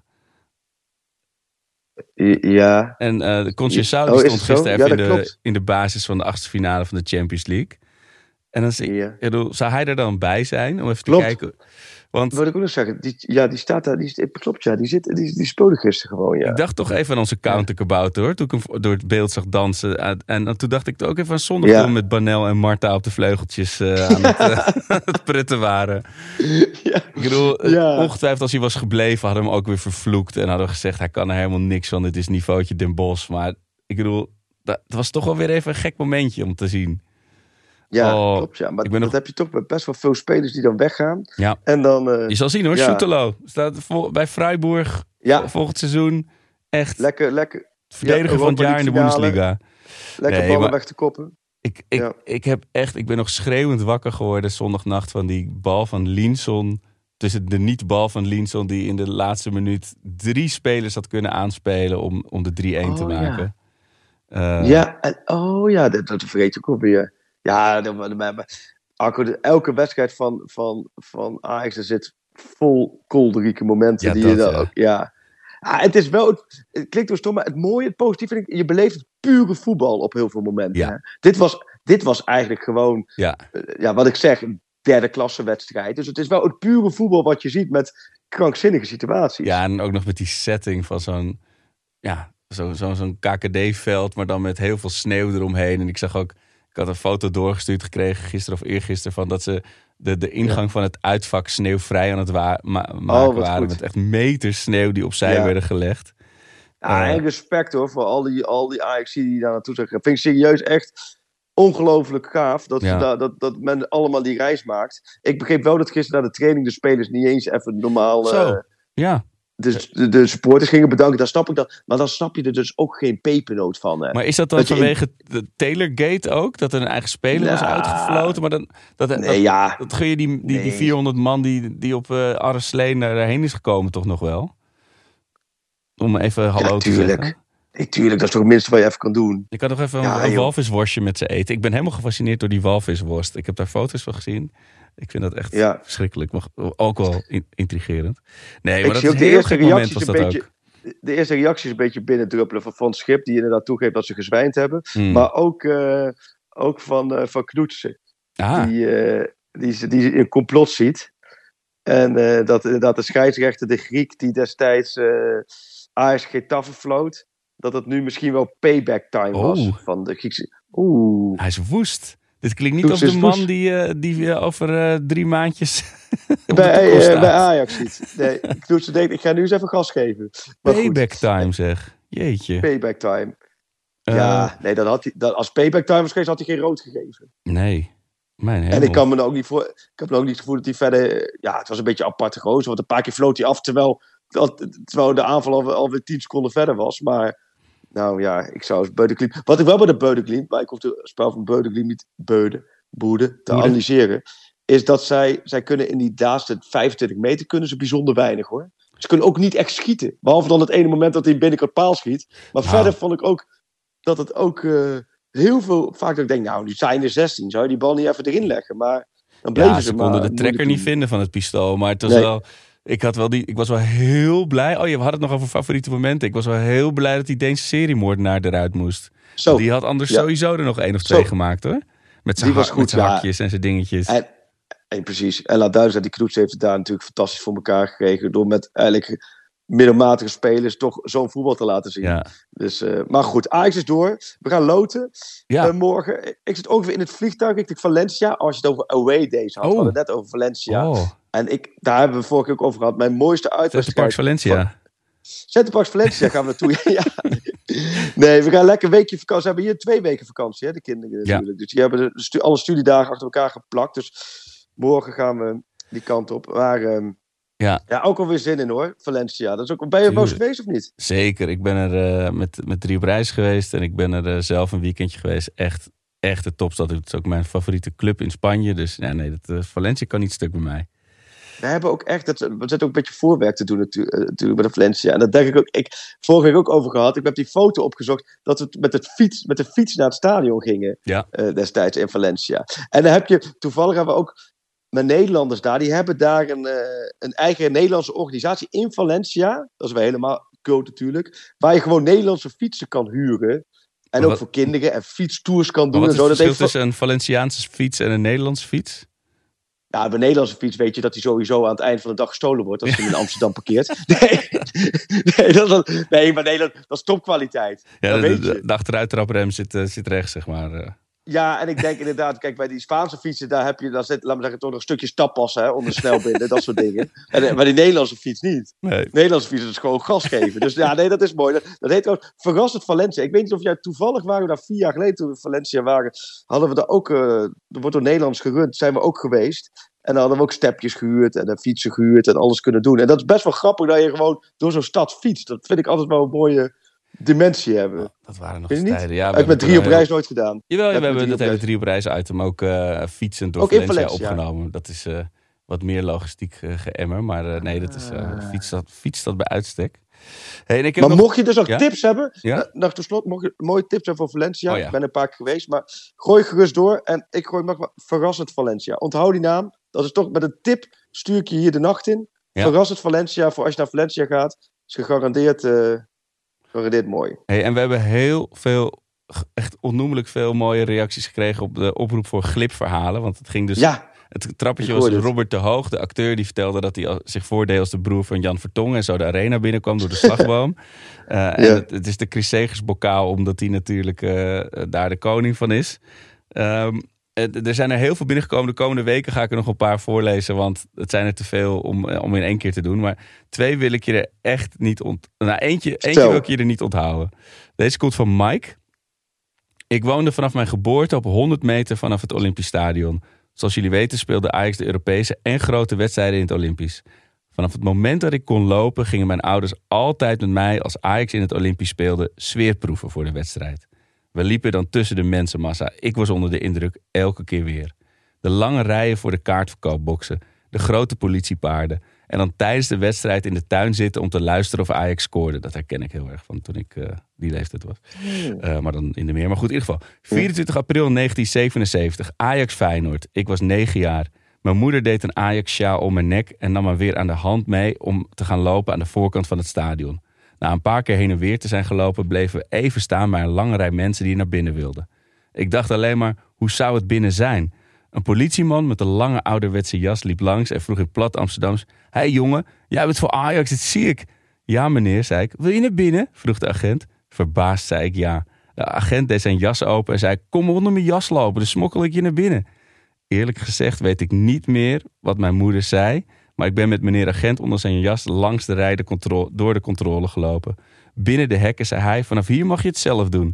Ja. En uh, de Conceição oh, stond gisteren even ja, in, de, in de basis van de achtste finale van de Champions League. En dan zie, ja. Ja, bedoel, zou hij er dan bij zijn om even klopt. te kijken? Want, wat ik ook nog zeggen, die, ja, die staat daar, die, klopt ja, die, zit, die, die speelde gisteren gewoon, ja. Ik dacht toch even aan onze counterkabouter, hoor, toen ik hem door het beeld zag dansen. En, en toen dacht ik ook even aan zondag ja. met Banel en Marta op de vleugeltjes uh, aan het, uh, het prutten waren. Ja. Ik bedoel, ja. ongetwijfeld als hij was gebleven, hadden we hem ook weer vervloekt en hadden we gezegd, hij kan er helemaal niks van, dit is niveautje Den Bosch. Maar ik bedoel, dat was toch wel weer even een gek momentje om te zien. Ja, oh, klopt. Ja. Maar dat nog... heb je toch best wel veel spelers die dan weggaan. Ja. En dan, uh, je zal zien hoor, ja. Soetelo staat vol, bij Freiburg ja. volgend seizoen echt lekker, lekker. verdediger ja, van het jaar in de Bundesliga. Lekker nee, ballen weg te koppen. Ik, ik, ja. ik, heb echt, ik ben nog schreeuwend wakker geworden zondagnacht van die bal van Linson. Tussen de niet-bal van Linson die in de laatste minuut drie spelers had kunnen aanspelen om, om de drie-een oh, te maken. Ja, uh, ja en, oh ja, dat, dat vergeet je ook alweer. Ja, Arco, elke wedstrijd van, van, van Ajax er zit vol kolderieke momenten. Ja, die dat, je dan, ja. ja. ja, het is wel, het, het klinkt wel stom, maar het mooie, het positieve, je beleeft het pure voetbal op heel veel momenten. Ja. Dit, was, dit was eigenlijk gewoon, ja. Uh, ja, wat ik zeg, een derde klasse wedstrijd. Dus het is wel het pure voetbal wat je ziet met krankzinnige situaties. Ja, en ook nog met die setting van zo'n, ja, zo, zo, zo'n K K D-veld, maar dan met heel veel sneeuw eromheen. En ik zag ook, ik had een foto doorgestuurd gekregen gisteren of eergisteren van dat ze de, de ingang ja. van het uitvak sneeuwvrij aan het wa- ma- maken oh, waren. Goed. Met echt meters sneeuw die opzij ja. werden gelegd. Ja, en respect hoor voor al die, al die Ajax die daar naartoe zijn. Vind ik serieus echt ongelooflijk gaaf dat, ja. da, dat, dat men allemaal die reis maakt. Ik begreep wel dat gisteren na de training de spelers niet eens even normaal... Zo, uh, ja. De, de, de supporters gingen bedanken, dan snap ik dat. Maar dan snap je er dus ook geen pepernoot van. Hè. Maar is dat dan dat vanwege in... de Taylorgate ook? Dat er een eigen speler was ja. uitgefloten? Maar dan, dat, nee, dat, ja. dat gun je die, die, nee. die vierhonderd man die, die op uh, Arresleen daarheen is gekomen toch nog wel? Om even hallo ja, te zeggen. Nee, tuurlijk, dat is toch het minste wat je even kan doen. Ik had nog even ja, een, een walvisworstje met ze eten. Ik ben helemaal gefascineerd door die walvisworst. Ik heb daar foto's van gezien. Ik vind dat echt ja. verschrikkelijk, maar ook wel in, intrigerend. Nee, maar ik dat is een heel gek moment was dat beetje, ook. De eerste reacties een beetje binnendruppelen van Van Schip, die inderdaad toegeeft dat ze gezwijnd hebben. Hmm. Maar ook, uh, ook van, uh, van Knoetsen, ah. die, uh, die, die een complot ziet. En uh, dat inderdaad de scheidsrechter, de Griek, die destijds uh, Ajax Getafe floot, dat het nu misschien wel payback time was oh. van de Griekse... Oeh. Hij is woest. Dit klinkt niet als de man woest. die, uh, die uh, over uh, drie maandjes bij, uh, bij Ajax ziet. Nee, Knoetsen denkt, ik ga nu eens even gas geven. Maar payback goed. time zeg. Jeetje. Payback time. Ja, Uh, nee, dan had hij, dan, als payback time was geweest, had hij geen rood gegeven. Nee, mijn hemel. En ik kan me ook niet voor, ik heb me ook niet het gevoel dat hij verder... Ja, het was een beetje een aparte gozer, want een paar keer floot hij af, terwijl, terwijl de aanval alweer, alweer tien seconden verder was. Maar, nou ja, ik zou eens Beudekliem... Wat ik wel bij de Beudekliem, maar ik hoef het spel van Beudekliem niet Beude, Boede, te Boede. analyseren, is dat zij, zij kunnen in die laatste vijfentwintig meter kunnen ze bijzonder weinig, hoor. Ze kunnen ook niet echt schieten. Behalve dan het ene moment dat hij binnenkant paal schiet. Maar nou. verder vond ik ook dat het ook uh, heel veel... Vaak dat ik denk, nou, nu zijn er zestien. Zou je die bal niet even erin leggen? Maar dan bleven ja, ze, ze maar... ze konden de trekker niet vinden van het pistool. Maar het was nee. wel... Ik, had wel die, ik was wel heel blij... Oh, je had het nog over favoriete momenten. Ik was wel heel blij dat die Deense seriemoordenaar eruit moest. Zo. Die had anders ja. sowieso er nog één of twee Zo. gemaakt, hoor. Met zijn ha- ja. hakjes en zijn dingetjes. En, en precies. En laat duidelijk zijn, die Knoets heeft het daar natuurlijk fantastisch voor elkaar gekregen. Door met eigenlijk middelmatige spelers toch zo'n voetbal te laten zien. Ja. Dus, uh, maar goed, Ajax is door. We gaan loten ja. uh, morgen. Ik zit ook weer in het vliegtuig richting Valencia. Als je het over away days had. Oh. We hadden het net over Valencia. Oh. En ik, daar hebben we vorige keer ook over gehad. Mijn mooiste uitwedstrijd. Centerparks Valencia. Centerparks Valencia gaan we naartoe. ja. Nee, we gaan lekker een weekje vakantie. Ze hebben hier twee weken vakantie, hè, de kinderen natuurlijk. Ja. Dus die hebben de stu- alle studiedagen achter elkaar geplakt. Dus morgen gaan we die kant op. Maar um, ja. ja, ook alweer zin in, hoor. Valencia. Dat is ook, ben je er boos geweest of niet? Zeker. Ik ben er uh, met, met drie op reis geweest. En ik ben er uh, zelf een weekendje geweest. Echt, echt de topstad. Het is ook mijn favoriete club in Spanje. Dus ja, nee, dat, uh, Valencia kan niet stuk bij mij. We hebben ook echt, dat, we zitten ook een beetje voorwerk te doen natuurlijk, natuurlijk bij de Valencia. En dat denk ik ook, ik vorige week ook over gehad. Ik heb die foto opgezocht dat we met, het fiets, met de fiets naar het stadion gingen. Ja. Uh, destijds in Valencia. En dan heb je, toevallig hebben we ook met Nederlanders daar. Die hebben daar een, uh, een eigen Nederlandse organisatie in Valencia. Dat is wel helemaal cool natuurlijk. Waar je gewoon Nederlandse fietsen kan huren. En ook wat, voor kinderen en fietstours kan doen. Wat is en zo. het verschil tussen een Valenciaanse fiets en een Nederlandse fiets? Ja, bij een Nederlandse fiets weet je dat hij sowieso aan het eind van de dag gestolen wordt als hij in Amsterdam parkeert. Nee, nee, dat is, nee maar Nederland, dat is topkwaliteit. Ja, de, de, de achteruittraprem zit, uh, zit rechts, zeg maar. Uh. Ja, en ik denk inderdaad, kijk, bij die Spaanse fietsen, daar heb je, daar zit, laat me zeggen, toch nog een stukje stappassen, hè, onder snelbinden, dat soort dingen. En, maar die Nederlandse fiets niet. Nee. De Nederlandse fiets is gewoon gas geven. Dus ja, nee, dat is mooi. Dat, dat heet ook verrassend Valencia. Ik weet niet of jij toevallig waren we daar vier jaar geleden, toen we in Valencia waren, hadden we daar ook, uh, er wordt door Nederlands gerund, zijn we ook geweest. En dan hadden we ook stepjes gehuurd en fietsen gehuurd en alles kunnen doen. En dat is best wel grappig dat je gewoon door zo'n stad fietst. Dat vind ik altijd wel een mooie dimensie hebben. Oh, dat waren nog tijden. Ja, ik heb met drie op reis nooit gedaan. Jawel, ja, we hebben dat hele drie op reis item ook uh, fietsend door ook Valencia, Valencia opgenomen. Dat is uh, wat meer logistiek uh, geëmmer. Maar uh, nee, dat is uh, fietsstad, fietsstad bij uitstek. Hey, en ik heb maar nog... mocht je dus nog ja? tips hebben, ja? uh, nog tot slot, mocht je mooie tips hebben voor Valencia. Oh, ja. Ik ben een paar keer geweest, maar gooi gerust door. En ik gooi nog maar verrassend Valencia. Onthoud die naam. Dat is toch met een tip, stuur ik je hier de nacht in. Ja. Verrassend Valencia, voor als je naar Valencia gaat, is gegarandeerd, uh, gegarandeerd mooi. Hey, en we hebben heel veel, echt onnoemelijk veel mooie reacties gekregen op de oproep voor glipverhalen. Want het ging dus... Ja. Het trappetje was dus Robert de Hoog, de acteur, die vertelde dat hij zich voordeed als de broer van Jan Vertongen en zo de arena binnenkwam door de slagboom. uh, ja. En het, het is de Chris Segers bokaal, omdat hij natuurlijk uh, daar de koning van is. Um, er zijn er heel veel binnengekomen. De komende weken ga ik er nog een paar voorlezen, want het zijn er te veel om, om in één keer te doen. Maar twee wil ik je er echt niet ont... Nou, eentje, eentje wil ik je er niet onthouden. Deze komt van Mike. Ik woonde vanaf mijn geboorte op honderd meter vanaf het Olympisch Stadion. Zoals jullie weten speelde Ajax de Europese en grote wedstrijden in het Olympisch. Vanaf het moment dat ik kon lopen gingen mijn ouders altijd met mij als Ajax in het Olympisch speelde sfeerproeven voor de wedstrijd. We liepen dan tussen de mensenmassa. Ik was onder de indruk elke keer weer. De lange rijen voor de kaartverkoopboxen, de grote politiepaarden en dan tijdens de wedstrijd in de tuin zitten om te luisteren of Ajax scoorde. Dat herken ik heel erg van toen ik uh, die leeftijd was. Uh, maar dan in de meer. Maar goed, in ieder geval. vierentwintig april negentien zevenenzeventig. Ajax Feyenoord. Ik was negen jaar. Mijn moeder deed een Ajax-sjaal om mijn nek en nam me weer aan de hand mee om te gaan lopen aan de voorkant van het stadion. Na een paar keer heen en weer te zijn gelopen, bleven we even staan bij een lange rij mensen die naar binnen wilden. Ik dacht alleen maar, hoe zou het binnen zijn? Een politieman met een lange ouderwetse jas liep langs en vroeg in plat Amsterdams: hé hey jongen, jij bent voor Ajax, dat zie ik. Ja meneer, zei ik. Wil je naar binnen? Vroeg de agent. Verbaasd zei ik ja. De agent deed zijn jas open en zei: kom onder mijn jas lopen, dan smokkel ik je naar binnen. Eerlijk gezegd weet ik niet meer wat mijn moeder zei, maar ik ben met meneer agent onder zijn jas langs de rij de contro- door de controle gelopen. Binnen de hekken zei hij: vanaf hier mag je het zelf doen.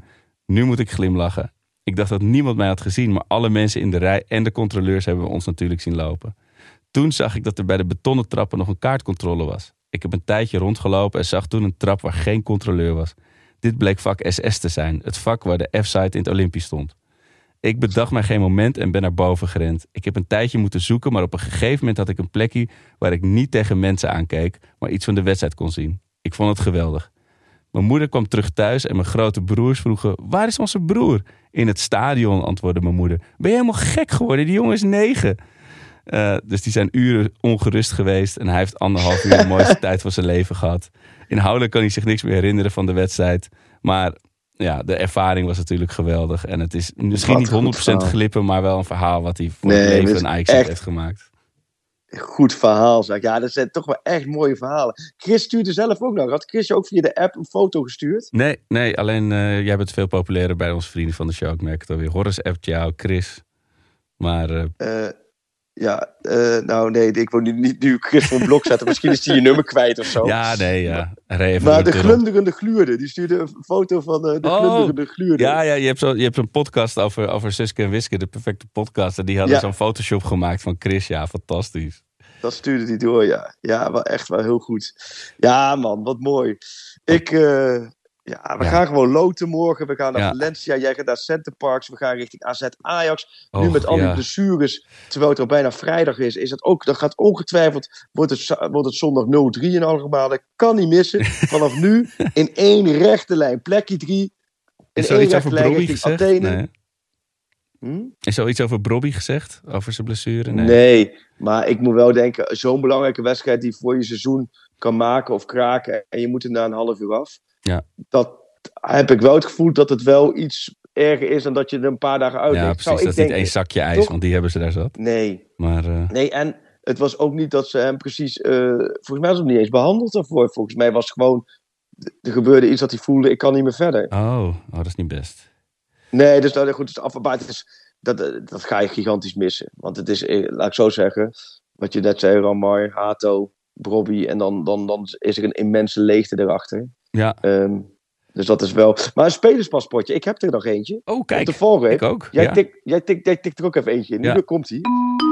Nu moet ik glimlachen. Ik dacht dat niemand mij had gezien, maar alle mensen in de rij en de controleurs hebben ons natuurlijk zien lopen. Toen zag ik dat er bij de betonnen trappen nog een kaartcontrole was. Ik heb een tijdje rondgelopen en zag toen een trap waar geen controleur was. Dit bleek vak S S te zijn, het vak waar de F-site in het Olympisch stond. Ik bedacht mij geen moment en ben naar boven gerend. Ik heb een tijdje moeten zoeken, maar op een gegeven moment had ik een plekje waar ik niet tegen mensen aankeek, maar iets van de wedstrijd kon zien. Ik vond het geweldig. Mijn moeder kwam terug thuis en mijn grote broers vroegen, waar is onze broer? In het stadion, antwoordde mijn moeder. Ben je helemaal gek geworden? Die jongen is negen. Uh, dus die zijn uren ongerust geweest en hij heeft anderhalf uur de mooiste tijd van zijn leven gehad. Inhoudelijk kan hij zich niks meer herinneren van de wedstrijd, maar ja, de ervaring was natuurlijk geweldig. En het is misschien niet honderd procent glippen, maar wel een verhaal wat hij voor nee, het leven een Ajax echt heeft gemaakt. Goed verhaal, zeg. Ja, dat zijn toch wel echt mooie verhalen. Chris stuurde zelf ook nog. Had Chris je ook via de app een foto gestuurd? Nee, nee alleen uh, jij bent veel populairder bij onze vrienden van de show. Ik merk het alweer. Horace appt jou, Chris. Maar... Uh... Uh, ja, uh, nou nee, ik wil nu niet nu Chris voor een blok zetten. Misschien is hij je nummer kwijt of zo. Ja, nee, ja. Maar de glunderende gluurde, die stuurde een foto van uh, de oh, glunderende gluurde. Ja, ja je, hebt zo, je hebt zo'n podcast over, over Suske en Wiske, de perfecte podcast. En die hadden ja. zo'n Photoshop gemaakt van Chris. Ja, fantastisch. Dat stuurde hij door, ja. Ja, wel echt wel heel goed. Ja, man, wat mooi. Ik, uh, ja, we ja. gaan gewoon loten morgen. We gaan naar ja. Valencia. Jij gaat naar Center Parks. We gaan richting A Z Ajax. Oh, nu met al die ja. blessures, terwijl het al bijna vrijdag is, is het ook, dat gaat ongetwijfeld, wordt het, wordt het zondag nul drie in allemaal. Dat kan niet missen. Vanaf nu in één rechte lijn. Plekje drie. In is één rechte lijn richting gezegd? Athene. Nee. Hm? Is er iets over Brobby gezegd? Over zijn blessure? Nee. nee, maar ik moet wel denken, zo'n belangrijke wedstrijd die voor je seizoen kan maken of kraken en je moet er na een half uur af. Ja. Dat heb ik wel het gevoel dat het wel iets erger is dan dat je er een paar dagen uit Ja, denkt. precies. Dat is niet één zakje ijs, toch? Want die hebben ze daar zat. Nee. Maar, uh... nee, en het was ook niet dat ze hem precies... Uh, volgens mij was het niet eens behandeld daarvoor. Volgens mij was het gewoon... Er gebeurde iets dat hij voelde, ik kan niet meer verder. Oh, oh dat is niet best. Nee, dus nou, goed, het is af, maar het is, dat, dat ga je gigantisch missen. Want het is, laat ik zo zeggen, wat je net zei, Ramai, Hato, Brobby, en dan, dan, dan is er een immense leegte erachter. Ja. Um, dus dat is wel... Maar een spelerspaspoortje, ik heb er nog eentje. Oh, kijk, op de valreep. Ik ook. Jij, ja. tikt, jij, tikt, jij tikt er ook even eentje in. Ja. Nu komt hij.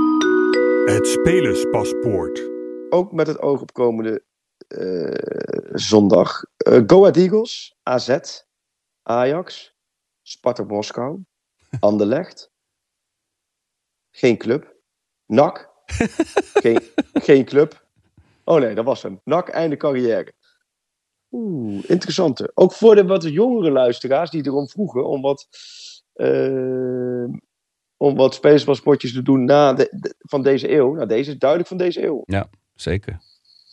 Het spelerspaspoort. Ook met het oog op komende uh, zondag. Uh, Go Ahead Eagles, A Z, Ajax, Spartak Moskou, Anderlecht. Geen club. N A C. geen, geen club. Oh nee, dat was hem. N A C, einde carrière. Oeh, interessante. Ook voor de wat jongere luisteraars die erom vroegen om wat, uh, om wat spelerspaspoortjes te doen na de, de, van deze eeuw. Nou, deze is duidelijk van deze eeuw. Ja, zeker.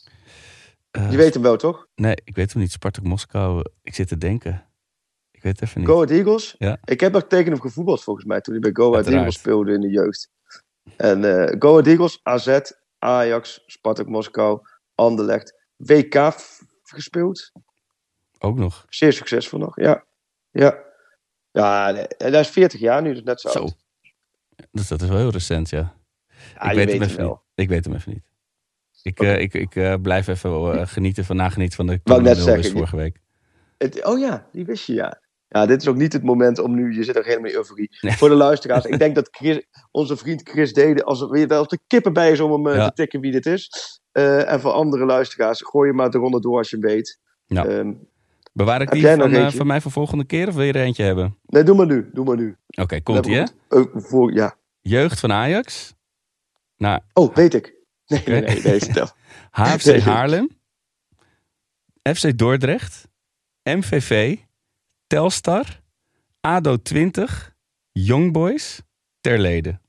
Uh, Je weet hem wel, toch? Nee, ik weet hem niet. Spartak Moskou. Ik zit te denken. Ik weet het even niet. Go Ahead Eagles? Ja. Ik heb nog tegen hem gevoetbald volgens mij toen hij bij Go Ahead Eagles speelde in de jeugd. En uh, Go Ahead Eagles, A Z, Ajax, Spartak Moskou, Anderlecht, W K f- gespeeld. Ook nog. Zeer succesvol nog, ja. Ja, ja hij is veertig jaar nu, dus net zo, zo. oud. Dus dat is wel heel recent, ja. ja ik, weet hem even niet. ik weet hem even niet. Ik, okay. uh, ik, ik uh, blijf even uh, genieten van nagenieten van de Wou net zeggen, vorige week. Het, oh ja, die wist je, ja. Ja, dit is ook niet het moment om nu... Je zit er helemaal in euforie. Nee. Voor de luisteraars. Ik denk dat Chris, onze vriend Chris Deden... Als er, als de kippen bij is om hem ja. te tikken wie dit is. Uh, en voor andere luisteraars... Gooi je maar eronder door als je weet. Ja. Um, Bewaar ik die van, uh, van mij voor volgende keer? Of wil je er eentje hebben? Nee, doe maar nu. Doe maar nu. Oké, okay, komt ie, hè? Uh, voor, ja. Jeugd van Ajax. Nou, oh, weet ik. Nee, okay. nee, nee. nee stel. H F C Haarlem. F C Dordrecht. M V V. Telstar, A D O twintig, Young Boys, Terlede.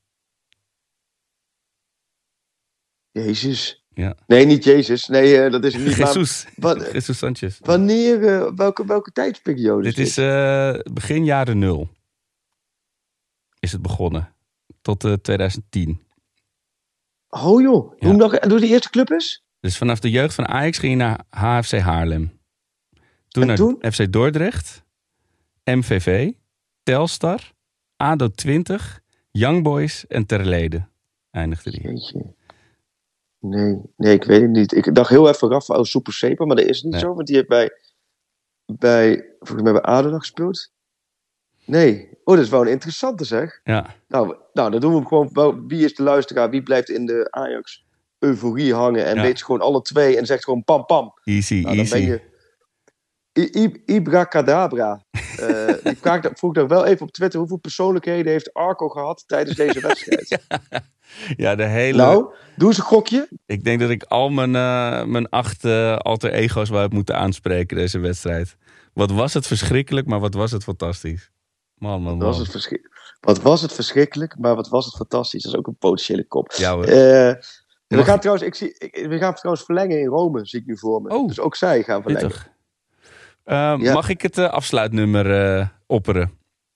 Jezus. Ja. Nee, niet Jezus. Nee, uh, dat is niet... Jesus. Maar, wat, Jesus Sanchez. Wanneer, uh, welke, welke tijdsperiode dit is dit? Dit is uh, begin jaren nul. Is het begonnen. Tot uh, twintig tien. Oh joh. Ja. Hoe nog, toen de eerste club is? Dus vanaf de jeugd van Ajax ging je naar H F C Haarlem. Toen en naar toen? F C Dordrecht... M V V, Telstar, A D O twintig, Young Boys en Terlede eindigde die. Jeetje. Nee, nee, ik weet het niet. Ik dacht heel even Rafael Super Sepa, maar dat is niet nee. zo. Want die heeft bij, bij, volgens mij bij A D O gespeeld. Nee. Oh, dat is wel een interessante zeg. Ja. Nou, nou, dan doen we hem gewoon. Wel, wie is de luisteraar? Wie blijft in de Ajax-euforie hangen? En ja. weet gewoon alle twee en zegt gewoon pam pam. Easy, nou, dan easy. Ben je... I- I- Ibra-kadabra. uh, die vraag, vroeg daar wel even op Twitter. Hoeveel persoonlijkheden heeft Arco gehad tijdens deze wedstrijd? Ja, de hele... Nou, doe eens een gokje. Ik denk dat ik al mijn, uh, mijn acht uh, alter ego's wel heb moeten aanspreken deze wedstrijd. Wat was het verschrikkelijk, maar wat was het fantastisch. Man, man, man. Wat was het, verschri- wat was het verschrikkelijk, maar wat was het fantastisch. Dat is ook een potentiële kop. Ja, hoor. Uh, we, gaan trouwens, ik zie, ik, we gaan trouwens verlengen in Rome, zie ik nu voor me. Oh, dus ook zij gaan verlengen. Uh, ja. Mag ik het uh, afsluitnummer uh, opperen?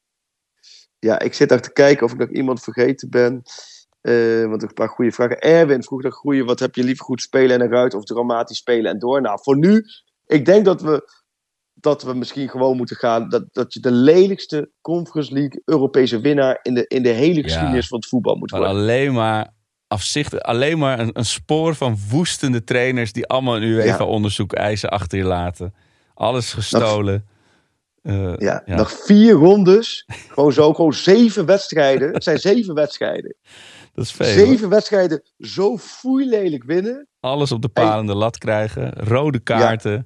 Ja, ik zit daar te kijken of ik nog iemand vergeten ben. Uh, want een paar goede vragen. Erwin vroeg nog goede. Wat heb je liever, goed spelen en eruit of dramatisch spelen en door? Nou, voor nu, ik denk dat we, dat we misschien gewoon moeten gaan. Dat, dat je de lelijkste Conference League Europese winnaar in de, in de hele geschiedenis ja, van het voetbal moet worden. Alleen maar afzichtig, alleen maar een, een spoor van woestende trainers die allemaal een UEFA-onderzoek eisen achter je laten. Alles gestolen. Nog, uh, ja, ja, nog vier rondes. Gewoon zo, gewoon zeven wedstrijden. Het zijn zeven wedstrijden. Dat is veel. Zeven hoor. wedstrijden zo foeilelijk winnen. Alles op de palende lat krijgen. Rode kaarten.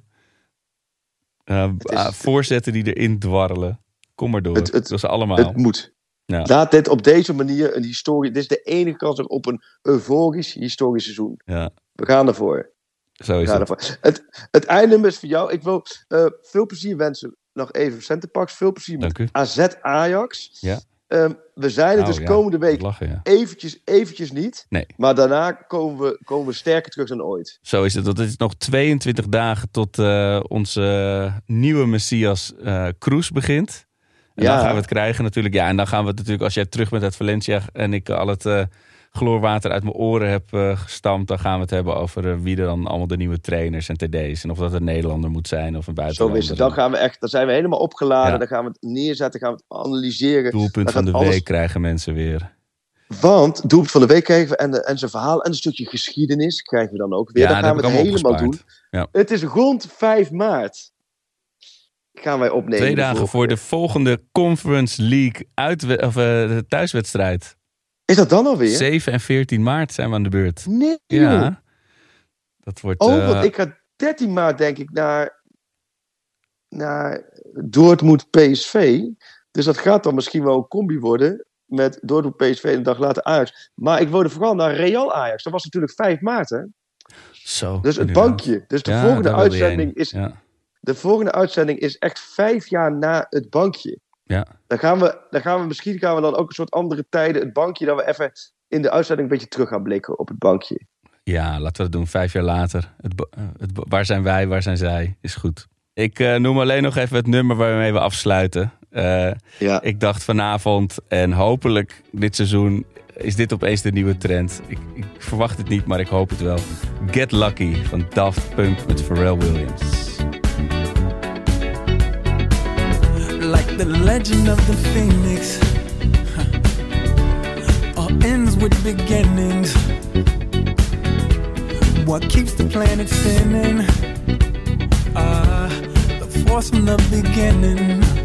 Ja. Uh, is, uh, voorzetten die erin dwarrelen. Kom maar door. Het, het, dat is allemaal. Het moet. Ja. Laat dit op deze manier een historie... Dit is de enige kans op een euforisch historisch seizoen. Ja. We gaan ervoor. Zo is het. het. Het einde is voor jou. Ik wil uh, veel plezier wensen. Nog even Centerparks. Veel plezier Dank met u. A Z Ajax. Ja. Um, we zijn het nou, dus ja, komende week lachen, ja. eventjes, eventjes niet. Nee. Maar daarna komen we, komen we sterker terug dan ooit. Zo is het. Het is nog tweeëntwintig dagen tot uh, onze uh, nieuwe Messias uh, Cruz begint. En ja. dan gaan we het krijgen natuurlijk. Ja, en dan gaan we het natuurlijk, als jij terug bent uit Valencia en ik al het uh, chloorwater uit mijn oren heb uh, gestampt, dan gaan we het hebben over uh, wie er dan allemaal de nieuwe trainers en T D's. En of dat een Nederlander moet zijn of een buitenlander. Zo is het. Dan gaan we echt, dan zijn we helemaal opgeladen. Ja. Dan gaan we het neerzetten, gaan we het analyseren. Doelpunt van de alles... week krijgen mensen weer. Want doelpunt van de week krijgen we en, de, en zijn verhaal en een stukje geschiedenis krijgen we dan ook weer. Ja, dan gaan we het helemaal doen. Ja. Het is rond vijf maart. Gaan wij opnemen. Twee dagen de voor de volgende Conference League uitwe- of, uh, thuiswedstrijd. Is dat dan alweer? zeven en veertien maart zijn we aan de beurt. Nee, ja. Joh. Dat wordt... Oh, uh... want ik ga dertien maart denk ik naar, naar Dortmund P S V. Dus dat gaat dan misschien wel een combi worden met Dortmund P S V en een dag later Ajax. Maar ik wilde vooral naar Real Ajax. Dat was natuurlijk vijf maart, hè? Zo. Dus het bankje. Dus de ja, volgende uitzending is... Ja. De volgende uitzending is echt vijf jaar na het bankje. Ja. Dan gaan we, dan gaan we misschien gaan we dan ook een soort andere tijden het bankje, dat we even in de uitzending een beetje terug gaan blikken op het bankje. Ja, laten we dat doen. Vijf jaar later. Het, het, waar zijn wij, waar zijn zij? Is goed. Ik uh, noem alleen nog even het nummer waarmee we afsluiten. Uh, ja. Ik dacht vanavond en hopelijk dit seizoen is dit opeens de nieuwe trend. Ik, ik verwacht het niet, maar ik hoop het wel. Get Lucky van Daft Punk met Pharrell Williams. Like the legend of the phoenix, huh. All ends with beginnings. What keeps the planet spinning? Ah, uh, the force from the beginning.